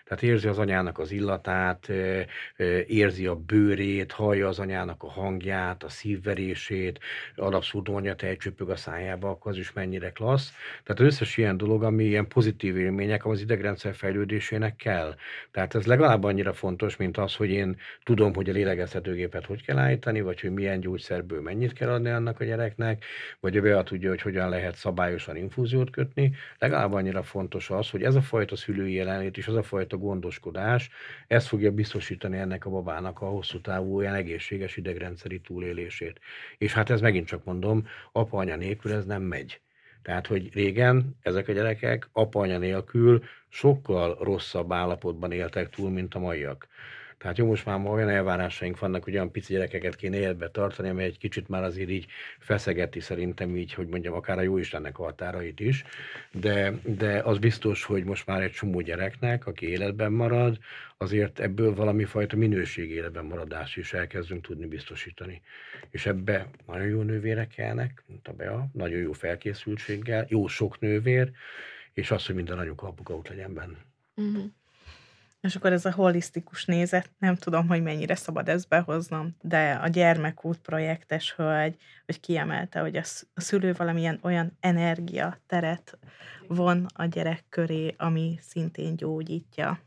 Tehát érzi az anyának az illatát, érzi a bőrét, hallja az anyának a hangját, a szívverését, ad abszurdum anyatej csöpög a szájába, akkor az is mennyire klassz. Tehát az összes ilyen dolog, ami ilyen pozitív élmények, az idegrendszer fejlődésének kell. Tehát ez legalább annyira fontos, mint az, hogy én tudom, hogy a lélegeztetőgépet hogy kell állítani, vagy hogy milyen gyógyszerből mennyit kell adni annak a gyereknek, vagy a Bea tudja, hogy hogyan lehet szabályosan infúziót kötni. Legalább annyira fontos az, hogy ez a fajta szülői jelenlét és az a fajta gondoskodás, ez fogja biztosítani ennek a babának a hosszú távú olyan egészséges idegrendszeri túlélését. És hát ez megint csak mondom, apa-anya nélkül ez nem megy. Tehát, hogy régen ezek a gyerekek apa-anya nélkül sokkal rosszabb állapotban éltek túl, mint a maiak. Tehát jó, most már olyan elvárásaink vannak, hogy olyan pici gyerekeket kéne életbe tartani, amely egy kicsit már azért így feszegeti szerintem így, hogy mondjam, akár a Jóistennek a határait is, de, de az biztos, hogy most már egy csomó gyereknek, aki életben marad, azért ebből valami fajta minőség életben maradást is elkezdünk tudni biztosítani. És ebbe nagyon jó nővérek kellnek, mint a Bea, nagyon jó felkészültséggel, jó sok nővér, és az, hogy minden anyuka apuka ott legyen benne. Uh-huh. És akkor ez a holisztikus nézet, nem tudom, hogy mennyire szabad ezt behoznom, de a Gyermekút projektes hölgy, hogy kiemelte, hogy a szülő valamilyen olyan energiateret von a gyerek köré, ami szintén gyógyítja.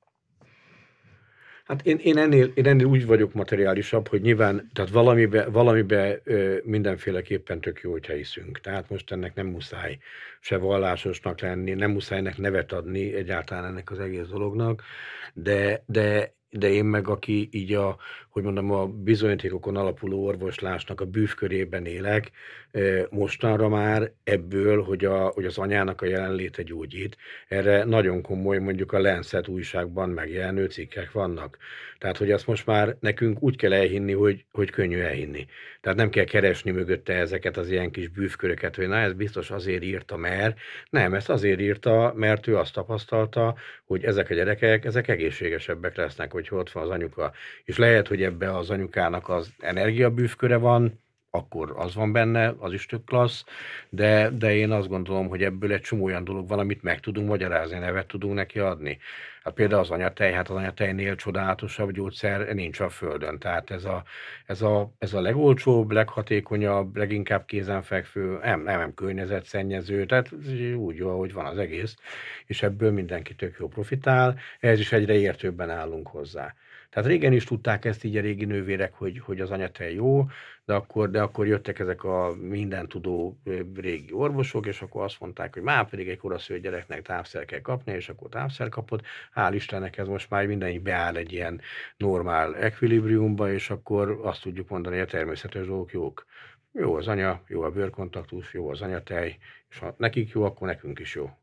Hát én, én, ennél, én ennél úgy vagyok materiálisabb, hogy nyilván, tehát valamibe, valamibe ö, mindenféleképpen tök jó, hogyha hiszünk. Tehát most ennek nem muszáj se vallásosnak lenni, nem muszáj ennek nevet adni egyáltalán ennek az egész dolognak, de, de, de én meg, aki így a, hogy mondom, a bizonyítékokon alapuló orvoslásnak a bűvkörében élek, mostanra már ebből, hogy, a, hogy az anyának a jelenléte gyógyít, erre nagyon komoly, mondjuk a Lancet újságban megjelenő cikkek vannak. Tehát, hogy azt most már nekünk úgy kell elhinni, hogy, hogy könnyű elhinni. Tehát nem kell keresni mögötte ezeket az ilyen kis bűvköröket, hogy na, ez biztos azért írta, mert nem, ezt azért írta, mert ő azt tapasztalta, hogy ezek a gyerekek, ezek egészségesebbek lesznek, hogy ott van az anyuka. És lehet, hogy ebbe az anyukának az energiabűvköre van, akkor az van benne, az is tök klassz, de, de én azt gondolom, hogy ebből egy csomó olyan dolog van, amit meg tudunk magyarázni, nevet tudunk neki adni. Hát például az anyatej, hát az anyatejnél csodálatosabb gyógyszer nincs a földön. Tehát ez a, ez a, ez a legolcsóbb, leghatékonyabb, leginkább kézenfekvő, nem, nem, nem környezetszennyező, tehát úgy jó, ahogy van az egész, és ebből mindenki tök jó profitál, ehhez is egyre értőbben állunk hozzá. Tehát régen is tudták ezt így a régi nővérek, hogy, hogy az anyatej jó, de akkor, de akkor jöttek ezek a mindentudó régi orvosok, és akkor azt mondták, hogy már pedig egy koraszülött gyereknek távszer kell kapni, és akkor távszer kapott. Hál' Istennek ez most már mindenki beáll egy ilyen normál ekvilibriumba, és akkor azt tudjuk mondani, hogy a természetes dolgok jók. Jó az anya, jó a bőrkontaktus, jó az anyatej, és ha nekik jó, akkor nekünk is jó.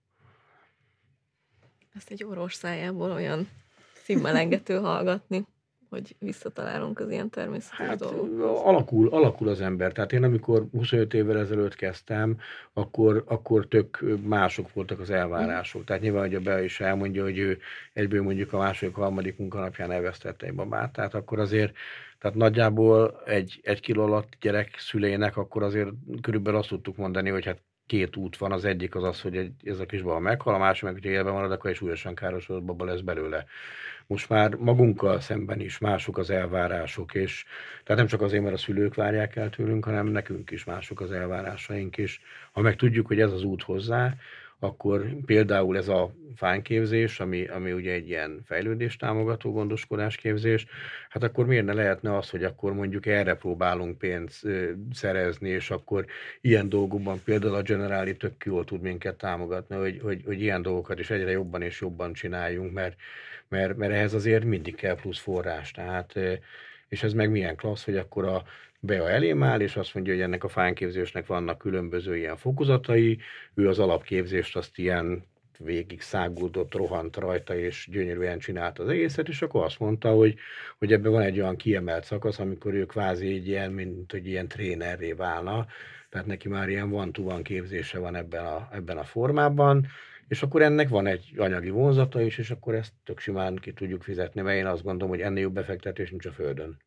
Ezt egy orvos szájából olyan színmelengető hallgatni, hogy visszatalálunk az ilyen természetes hát, dolgokhoz. Alakul, alakul az ember. Tehát én amikor huszonöt évvel ezelőtt kezdtem, akkor, akkor tök mások voltak az elvárások. Tehát nyilván, hogy a Bea is elmondja, hogy ő egyből mondjuk a második, harmadik munkanapján elvesztette egy babát. Tehát akkor azért, tehát nagyjából egy, egy kiló alatt gyerek szülének, akkor azért körülbelül azt tudtuk mondani, hogy hát két út van, az egyik az az, hogy egy, ez a kis baba meghal, a másik meg, hogyha élben marad, akkor egy súlyosan károsodott baba lesz belőle. Most már magunkkal szemben is mások az elvárások, és tehát nem csak azért, mert a szülők várják el tőlünk, hanem nekünk is mások az elvárásaink is. Ha meg tudjuk, hogy ez az út hozzá, akkor például ez a fányképzés, ami, ami ugye egy ilyen fejlődést támogató gondoskodásképzés, hát akkor miért ne lehetne az, hogy akkor mondjuk erre próbálunk pénzt szerezni, és akkor ilyen dolgokban például a Generali tök jól tud minket támogatni, hogy, hogy, hogy ilyen dolgokat is egyre jobban és jobban csináljunk, mert, mert, mert ehhez azért mindig kell plusz forrás. Tehát, és ez meg milyen klassz, hogy akkor a Bea elém áll, és azt mondja, hogy ennek a fánképzésnek vannak különböző ilyen fokozatai, ő az alapképzést azt ilyen végig száguldott, rohant rajta, és gyönyörűen csinálta az egészet, és akkor azt mondta, hogy, hogy ebben van egy olyan kiemelt szakasz, amikor ő kvázi egy ilyen, mint hogy ilyen trénerré válna, tehát neki már ilyen one-to-one képzése van ebben a, ebben a formában, és akkor ennek van egy anyagi vonzata is, és akkor ezt tök simán ki tudjuk fizetni, mert én azt gondolom, hogy ennél jobb befektetés nincs a földön.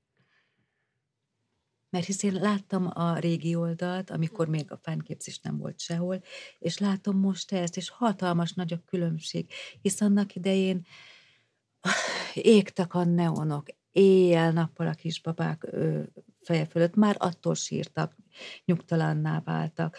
Mert hisz én láttam a régi oldalt, amikor még a fánképzés nem volt sehol, és látom most ezt, és hatalmas nagy a különbség, hisz annak idején égtek a neonok, éjjel-nappal a kisbabák ö, feje fölött, már attól sírtak, nyugtalanná váltak.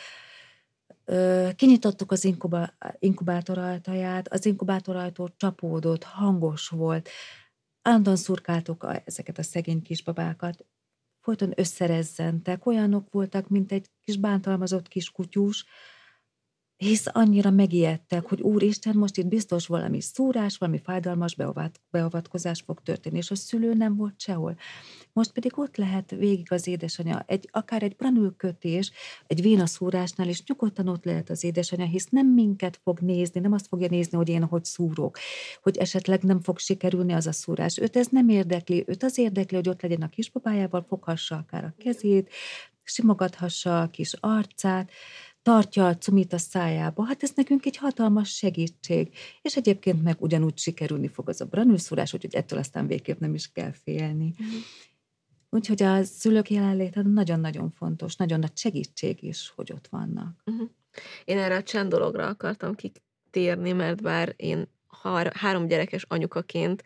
Ö, kinyitottuk az inkuba, inkubátor ajtaját, az inkubátor ajtó csapódott, hangos volt, állandóan szurkáltuk a, ezeket a szegény kisbabákat, folyton összerezzentek, olyanok voltak, mint egy kis bántalmazott kis kutyus, hisz annyira megijedtek, hogy úristen, most itt biztos valami szúrás, valami fájdalmas beavat, beavatkozás fog történni, és a szülő nem volt sehol. Most pedig ott lehet végig az édesanyja, egy, akár egy branülkötés, egy vénaszúrásnál is nyugodtan ott lehet az édesanyja, hisz nem minket fog nézni, nem azt fogja nézni, hogy én hogy szúrok, hogy esetleg nem fog sikerülni az a szúrás. Őt ez nem érdekli, őt az érdekli, hogy ott legyen a kisbabájával, foghassa akár a kezét, simogathassa a kis arcát, tartja a cumit a szájába, hát ez nekünk egy hatalmas segítség. És egyébként meg ugyanúgy sikerülni fog az a branülszúrás, úgyhogy ettől aztán végképp nem is kell félni. Mm. Úgyhogy a szülők jelenléte nagyon-nagyon fontos, nagyon nagy segítség is, hogy ott vannak. Uh-huh. Én erre a csend dologra akartam kitérni, mert bár én har- három gyerekes anyukaként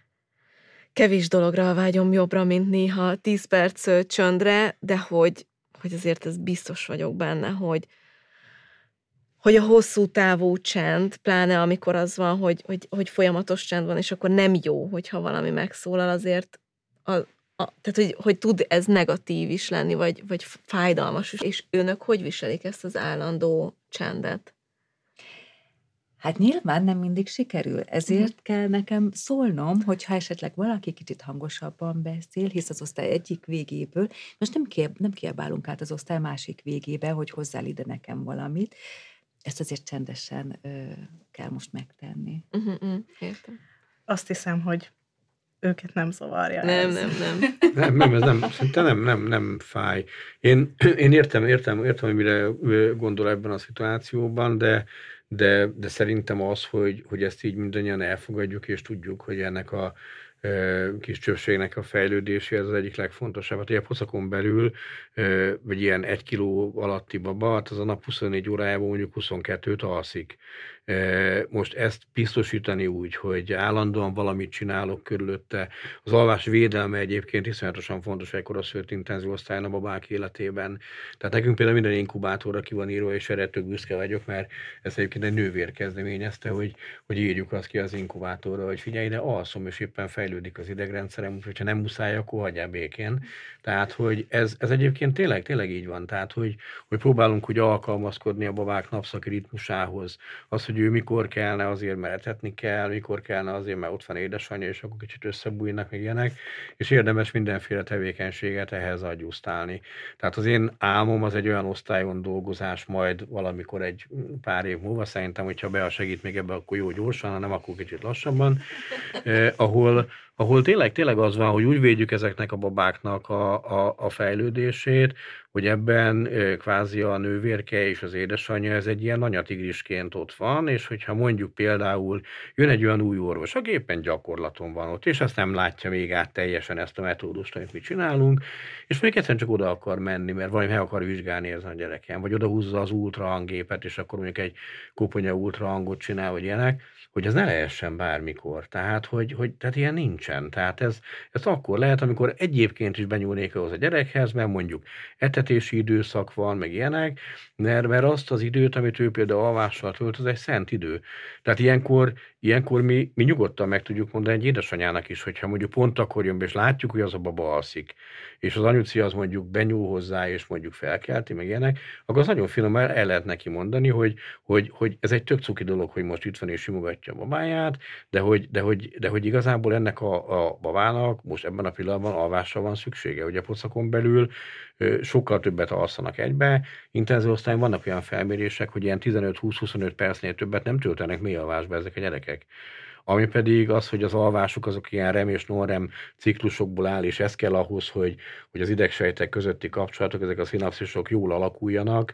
kevés dologra vágyom jobbra, mint néha tíz perc csöndre, de hogy hogy azért ez biztos vagyok benne, hogy, hogy a hosszú távú csend, pláne amikor az van, hogy, hogy, hogy folyamatos csend van, és akkor nem jó, hogyha valami megszólal, azért, a, a, tehát hogy, hogy tud ez negatív is lenni, vagy, vagy fájdalmas is. És önök hogy viselik ezt az állandó csendet? Hát nyilván nem mindig sikerül, ezért mm. kell nekem szólnom, hogyha esetleg valaki kicsit hangosabban beszél, hisz az osztály egyik végéből, most nem, kiab, nem kiabálunk át az osztály másik végébe, hogy hozzál ide nekem valamit, ezt azért csendesen ö, kell most megtenni. Uh-huh, értem. Azt hiszem, hogy őket nem zavarja. Nem, ez. nem, nem. Nem, nem, ez nem, szerintem nem, nem, nem fáj. Én, én értem, értem, értem, hogy mire gondol ebben a szituációban, de De, de szerintem az, hogy, hogy ezt így mindannyian elfogadjuk, és tudjuk, hogy ennek a e, kis csöpségnek a fejlődése az egyik legfontosabb. Hát ugye a pocakon belül, e, vagy ilyen egy kiló alatti baba, hát az a nap huszonnégy órájában mondjuk huszonkettőt alszik. E, most ezt biztosítani úgy, hogy állandóan valamit csinálok körülötte. Az alvás védelme egyébként iszonyatosan fontos egy koraszülött intenzív osztályon a babák életében. Tehát nekünk például minden inkubátorra ki van írva, és erre tök büszke vagyok, mert ezt egyébként egy nővér kezdeményezte, hogy, hogy írjuk azt ki az inkubátorra, hogy figyelj, ide alszom, és éppen fejlődik az idegrendszerem, úgyhogy ha nem muszáj, akkor hagyjál békén. Tehát, hogy ez, ez egyébként tényleg, tényleg így van. Tehát, hogy, hogy próbálunk úgy alkalmazkodni a babák napszaki ritmusához. Az, hogy ő mikor kellene, azért mert etetni kell, mikor kellene, azért mert ott van édesanyja, és akkor kicsit összebújnak, meg ilyenek, és érdemes mindenféle tevékenységet ehhez agyusztálni. Tehát az én álmom az egy olyan osztályon dolgozás majd valamikor egy pár év múlva, szerintem, hogyha Bea segít még ebbe, akkor jó gyorsan, ha nem, akkor kicsit lassabban, eh, ahol ahol tényleg, tényleg az van, hogy úgy védjük ezeknek a babáknak a, a, a fejlődését, hogy ebben kvázi a nővérke és az édesanyja, ez egy ilyen anyatigrisként ott van, és hogyha mondjuk például jön egy olyan új orvos, aki éppen gyakorlaton van ott, és ezt nem látja még át teljesen ezt a metódust, amit mi csinálunk, és mondjuk egyszerűen csak oda akar menni, mert valami meg akar vizsgálni ezen a gyereken, vagy oda húzza az ultrahangépet, és akkor mondjuk egy koponya ultrahangot csinál, vagy ilyenek, hogy ez ne lehessen bármikor. Tehát, hogy, hogy tehát ilyen nincsen. Tehát ez, ez akkor lehet, amikor egyébként is benyúlnék ahhoz a gyerekhez, mert mondjuk etetési időszak van, meg ilyenek, mert, mert azt az időt, amit ő például alvással tölt, az egy szent idő. Tehát ilyenkor, ilyenkor mi, mi nyugodtan meg tudjuk mondani egy édesanyának is, hogyha mondjuk pont akkor jön be, és látjuk, hogy az a baba alszik, és az anyuci az mondjuk benyúl hozzá, és mondjuk felkelti, meg ilyenek, akkor az nagyon finom el, el lehet neki mondani, hogy, hogy, hogy ez egy tök cuki dolog, hogy most itt van és simogatja a babáját, de hogy, de hogy, de hogy igazából ennek a, a babának most ebben a pillanatban alvásra van szüksége. Ugye a pocakon belül ö, sokkal többet alszanak egybe, intenzív osztályon vannak olyan felmérések, hogy ilyen tizenöt-húsz-huszonöt percnél többet nem töltenek mély alvásba ezek a gyerekek. Ami pedig az, hogy az alvásuk azok ilyen rem és non-rem ciklusokból áll, és ez kell ahhoz, hogy, hogy az idegsejtek közötti kapcsolatok, ezek a szinapszisok jól alakuljanak,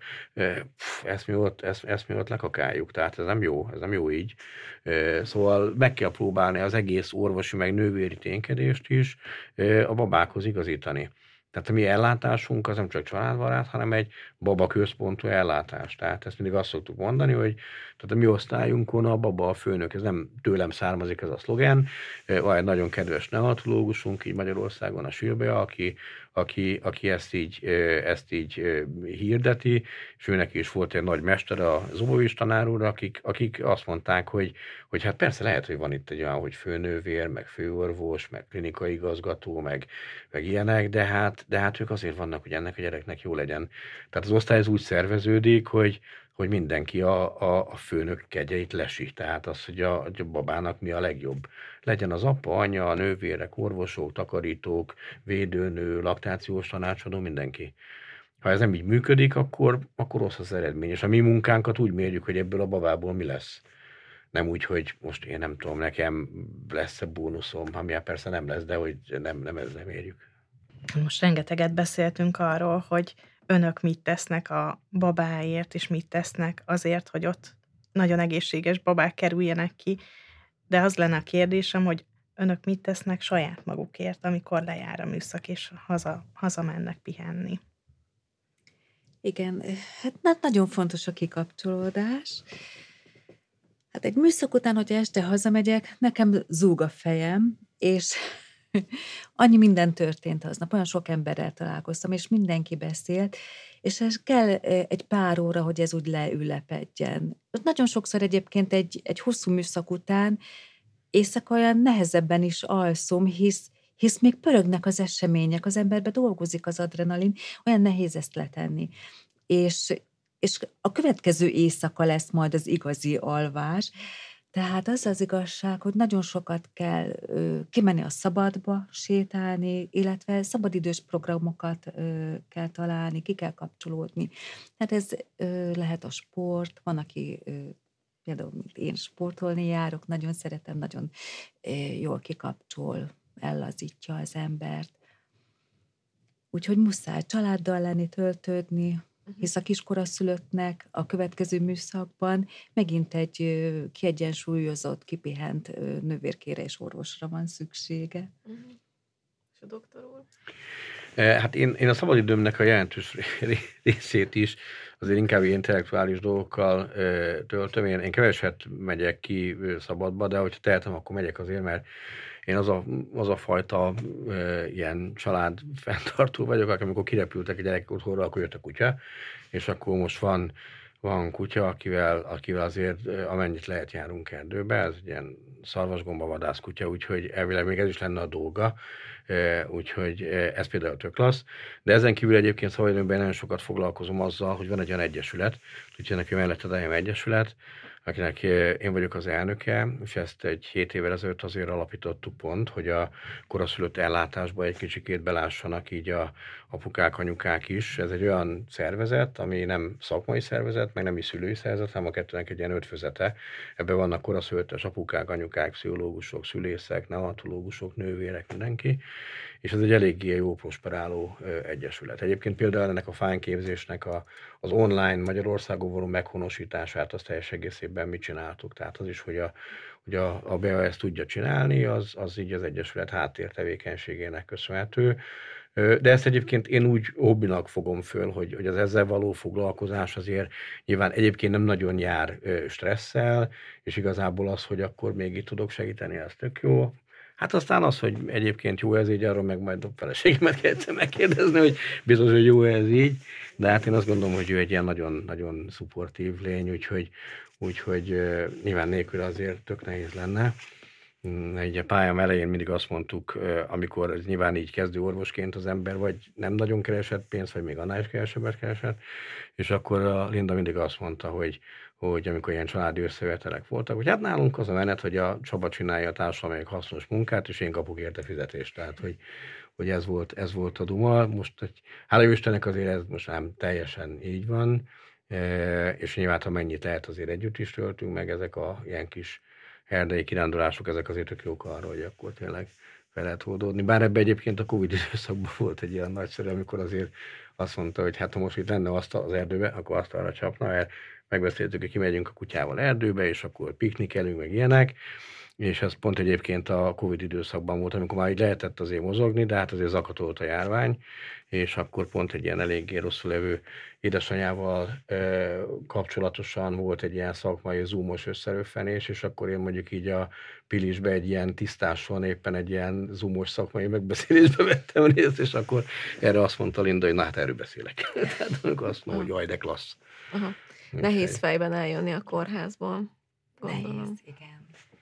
ezt mi ott, ezt, ezt mi ott lekakáljuk, tehát ez nem jó, ez nem jó így. Szóval meg kell próbálni az egész orvosi meg nővéri ténykedést is a babákhoz igazítani. Tehát a mi ellátásunk az nem csak családbarát, hanem egy baba központú ellátás. Tehát ezt mindig azt szoktuk mondani, hogy tehát a mi osztályunkon a baba a főnök, ez nem tőlem származik ez a szlogen, van egy nagyon kedves neonatológusunk így Magyarországon, a Sülbe, aki, aki, aki ezt, így, ezt így hirdeti, és őnek is volt egy nagy mestere, az Zubovics tanár úr, akik, akik azt mondták, hogy, hogy hát persze lehet, hogy van itt egy olyan, hogy főnővér, meg főorvos, meg klinikai igazgató, meg, meg ilyenek, de hát, de hát ők azért vannak, hogy ennek a gyereknek jó legyen. Tehát az osztály az úgy szerveződik, hogy, hogy mindenki a, a, a főnök kegyeit lesi. Tehát az, hogy a, a babának mi a legjobb. Legyen az apa, anya, a nővérek, orvosok, takarítók, védőnő, laktációs tanácsadó, mindenki. Ha ez nem így működik, akkor, akkor rossz az eredmény. És a mi munkánkat úgy mérjük, hogy ebből a babából mi lesz. Nem úgy, hogy most én nem tudom, nekem lesz-e bónuszom, ami persze nem lesz, de hogy nem, nem ezzel mérjük. Most rengeteget beszéltünk arról, hogy önök mit tesznek a babáért, és mit tesznek azért, hogy ott nagyon egészséges babák kerüljenek ki. De az lenne a kérdésem, hogy önök mit tesznek saját magukért, amikor lejár a műszak, és haza, hazamennek pihenni. Igen, hát nagyon fontos a kikapcsolódás. Hát egy műszak után, hogyha este hazamegyek, nekem zúg a fejem, és annyi minden történt aznap, olyan sok emberrel találkoztam, és mindenki beszélt, és ez kell egy pár óra, hogy ez úgy leülepedjen. Nagyon sokszor egyébként egy, egy hosszú műszak után éjszaka olyan nehezebben is alszom, hisz, hisz még pörögnek az események, az emberbe dolgozik az adrenalin, olyan nehéz ezt letenni. És, és a következő éjszaka lesz majd az igazi alvás. Tehát az az igazság, hogy nagyon sokat kell ö, kimenni a szabadba, sétálni, illetve szabadidős programokat ö, kell találni, ki kell kapcsolódni. Tehát ez ö, lehet a sport, van, aki ö, például, mint én sportolni járok, nagyon szeretem, nagyon ö, jól kikapcsol, ellazítja az embert. Úgyhogy muszáj családdal lenni, töltődni, hisz a kiskoraszülöttnek a következő műszakban megint egy kiegyensúlyozott, kipihent nővérkére és orvosra van szüksége. Uh-huh. És a doktor úr? Hát én, én a szabadidőmnek a jelentős részét is azért inkább intellektuális dolgokkal töltöm. Én, én keveset megyek ki szabadba, de hogyha tehetem, akkor megyek azért, mert én az a, az a fajta e, ilyen család fenntartó vagyok, amikor kirepültek a gyerekek otthonra, akkor jött a kutya, és akkor most van, van kutya, akivel, akivel azért amennyit lehet járunk erdőbe, ez egy ilyen szarvasgomba vadász kutya, úgyhogy elvileg még ez is lenne a dolga, e, úgyhogy ez például tök klassz. De ezen kívül egyébként szabadidőmben nagyon sokat foglalkozom azzal, hogy van egy olyan egyesület, úgyhogy neki mellett a egyesület, akinek én vagyok az elnöke, és ezt egy hét évvel ezelőtt azért alapítottuk pont, hogy a koraszülött ellátásba egy kicsikét belássanak így a apukák, anyukák is. Ez egy olyan szervezet, ami nem szakmai szervezet, meg nem is szülői szervezet, hanem a kettőnek egy ilyen ötvözete. Ebben vannak koraszülöttes apukák, anyukák, pszichológusok, szülészek, neonatológusok, nővérek, mindenki. És ez egy eléggé jó prosperáló egyesület. Egyébként például ennek a fánképzésnek a, az online Magyarországon való meghonosítását, azt teljes egészében mit csináltuk. Tehát az is, hogy a, hogy a, a bé á ezt tudja csinálni, az, az így az egyesület háttértevékenységének köszönhető. De ezt egyébként én úgy hobbinak fogom föl, hogy, hogy az ezzel való foglalkozás azért nyilván egyébként nem nagyon jár stresszel, és igazából az, hogy akkor még itt tudok segíteni, az tök jó. Hát aztán az, hogy egyébként jó ez így, arról meg majd a feleségemet kell megkérdezni, hogy biztos, hogy jó ez így, de hát én azt gondolom, hogy ő egy ilyen nagyon, nagyon szupportív lény, úgyhogy, úgyhogy nyilván nélkül azért tök nehéz lenne. Egy a pályám elején mindig azt mondtuk, amikor nyilván így kezdő orvosként az ember vagy nem nagyon keresett pénzt, vagy még annál is kevesebbet keresett, és akkor a Linda mindig azt mondta, hogy hogy amikor ilyen családi összevetelek voltak, hogy hát nálunk az a menet, hogy a Csaba csinálja a társadalmi hasznos munkát, és én kapok érte fizetést. Tehát, hogy, hogy ez, volt, ez volt a duma. Most, hogy hála Istennek azért ez most nem teljesen így van, és nyilván, ha mennyit lehet, azért együtt is töltünk, meg ezek a ilyen kis erdei kirándulások, ezek azért tök jók arra, hogy akkor tényleg fel lehet oldódni. Bár ebben egyébként a Covid időszakban volt egy ilyen nagyszerű, amikor azért azt mondta, hogy hát ha most itt lenne asztal az erdőbe, akkor asztalra csapna, mert megbeszéltük, hogy kimegyünk a kutyával erdőbe, és akkor piknikelünk, meg ilyenek, és ez pont egyébként a Covid időszakban volt, amikor már így lehetett azért mozogni, de hát azért zakatolt a járvány, és akkor pont egy ilyen eléggé rosszul levő édesanyával e, kapcsolatosan volt egy ilyen szakmai zoomos összeröffenés, és akkor én mondjuk így a Pilisbe egy ilyen tisztáson éppen egy ilyen zoomos szakmai megbeszélésbe vettem részt, és akkor erre azt mondta Linda, hogy na hát erről beszélek. Tehát amikor azt mondom, hogy jaj, de klassz. Aha. Nehéz fejben eljönni a kórházból, gondolom. Nehéz, igen.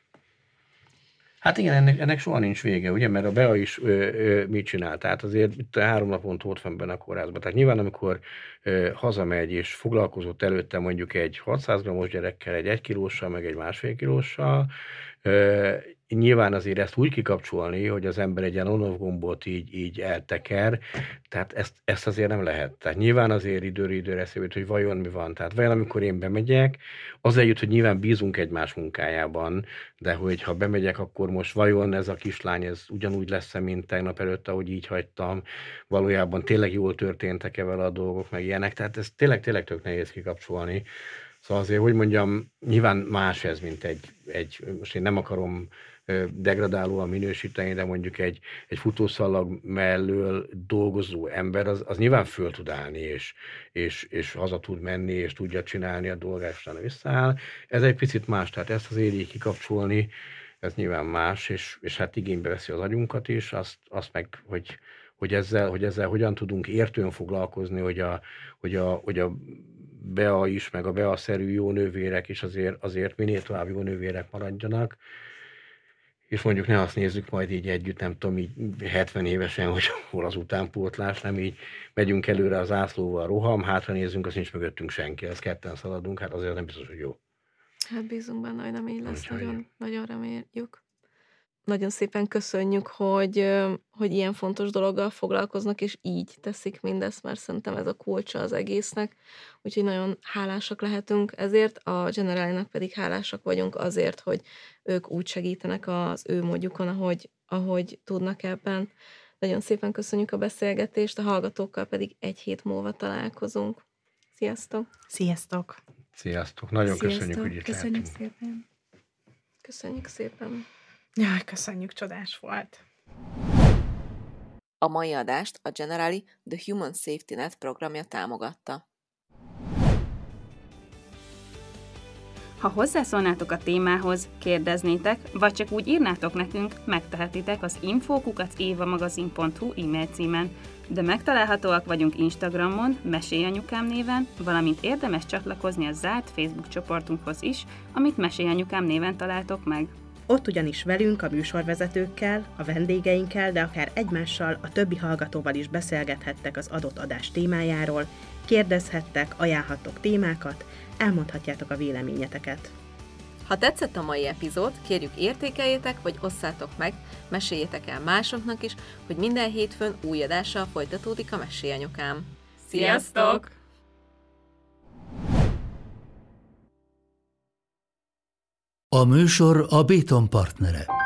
Hát igen, ennek, ennek soha nincs vége, ugye, mert a Bea is ö, ö, mit csinál, tehát azért itt három naponta ott van benne a kórházban. Tehát nyilván, amikor ö, hazamegy és foglalkozott előtte mondjuk egy hatszáz grammos gyerekkel, egy egy kilóssal, meg egy másfél kilóssal, ö, nyilván azért ezt úgy kikapcsolni, hogy az ember egy ilyen on-off gombot így, így elteker, tehát ezt, ezt azért nem lehet. Tehát nyilván azért időről időre eszébe jut, hogy vajon mi van. Tehát vajon amikor én bemegyek, az eljut, hogy nyilván bízunk egymás munkájában, de hogy ha bemegyek, akkor most vajon ez a kislány, ez ugyanúgy lesz-e, mint tegnap előtt, ahogy így hagytam, valójában tényleg jól történtek-e vele a dolgok, meg ilyenek, tehát ez tényleg, tényleg tök nehéz kikapcsolni. Szóval azért, hogy mondjam, nyilván más ez, mint egy, egy most én nem akarom degradálóan minősíteni, de mondjuk egy, egy futószalag mellől dolgozó ember, az, az nyilván föl tud állni, és, és, és haza tud menni, és tudja csinálni a dolgát, és utána visszaáll. Ez egy picit más, tehát ezt azért így kikapcsolni, ez nyilván más, és, és hát igénybe veszi az agyunkat is, azt, azt meg, hogy, hogy, ezzel, hogy ezzel hogyan tudunk értően foglalkozni, hogy a, hogy a, hogy a Bea is, meg a Bea-szerű jó nővérek is azért, azért minél tovább jó nővérek maradjanak, és mondjuk ne azt nézzük majd így együtt, nem tudom, így hetven évesen, hogy hol az utánpótlás, nem így megyünk előre az ászlóval, roham, hátra nézzünk, az nincs mögöttünk senki, ezt ketten szaladunk, hát azért nem biztos, hogy jó. Hát bízunk benne, hogy nem így lesz, Úgyhogy. nagyon, nagyon reméljük. Nagyon szépen köszönjük, hogy, hogy ilyen fontos dologgal foglalkoznak, és így teszik mindezt, mert szerintem ez a kulcsa az egésznek. Úgyhogy nagyon hálásak lehetünk ezért, a Generálinak pedig hálásak vagyunk azért, hogy ők úgy segítenek az ő módjukon, ahogy, ahogy tudnak ebben. Nagyon szépen köszönjük a beszélgetést, a hallgatókkal pedig egy hét múlva találkozunk. Sziasztok! Sziasztok! Sziasztok! Nagyon Sziasztok. köszönjük, hogy itt Köszönjük lehetünk. szépen. Köszönjük szépen! Jaj, köszönjük, csodás volt! A mai adást a Generali The Human Safety Net programja támogatta. Ha hozzászólnátok a témához, kérdeznétek, vagy csak úgy írnátok nekünk, megtehetitek az info kukac évamagazin pont hu e-mail címen, de megtalálhatóak vagyunk Instagramon, Mesélyanyukám néven, valamint érdemes csatlakozni a zárt Facebook csoportunkhoz is, amit Mesélyanyukám néven találtok meg. Ott ugyanis velünk, a műsorvezetőkkel, a vendégeinkkel, de akár egymással, a többi hallgatóval is beszélgethettek az adott adás témájáról, kérdezhettek, ajánlhattok témákat, elmondhatjátok a véleményeteket. Ha tetszett a mai epizód, kérjük értékeljétek, vagy osszátok meg, meséljétek el másoknak is, hogy minden hétfőn új adással folytatódik a Mesélyanyukám. Sziasztok! A műsor a Béton partnere.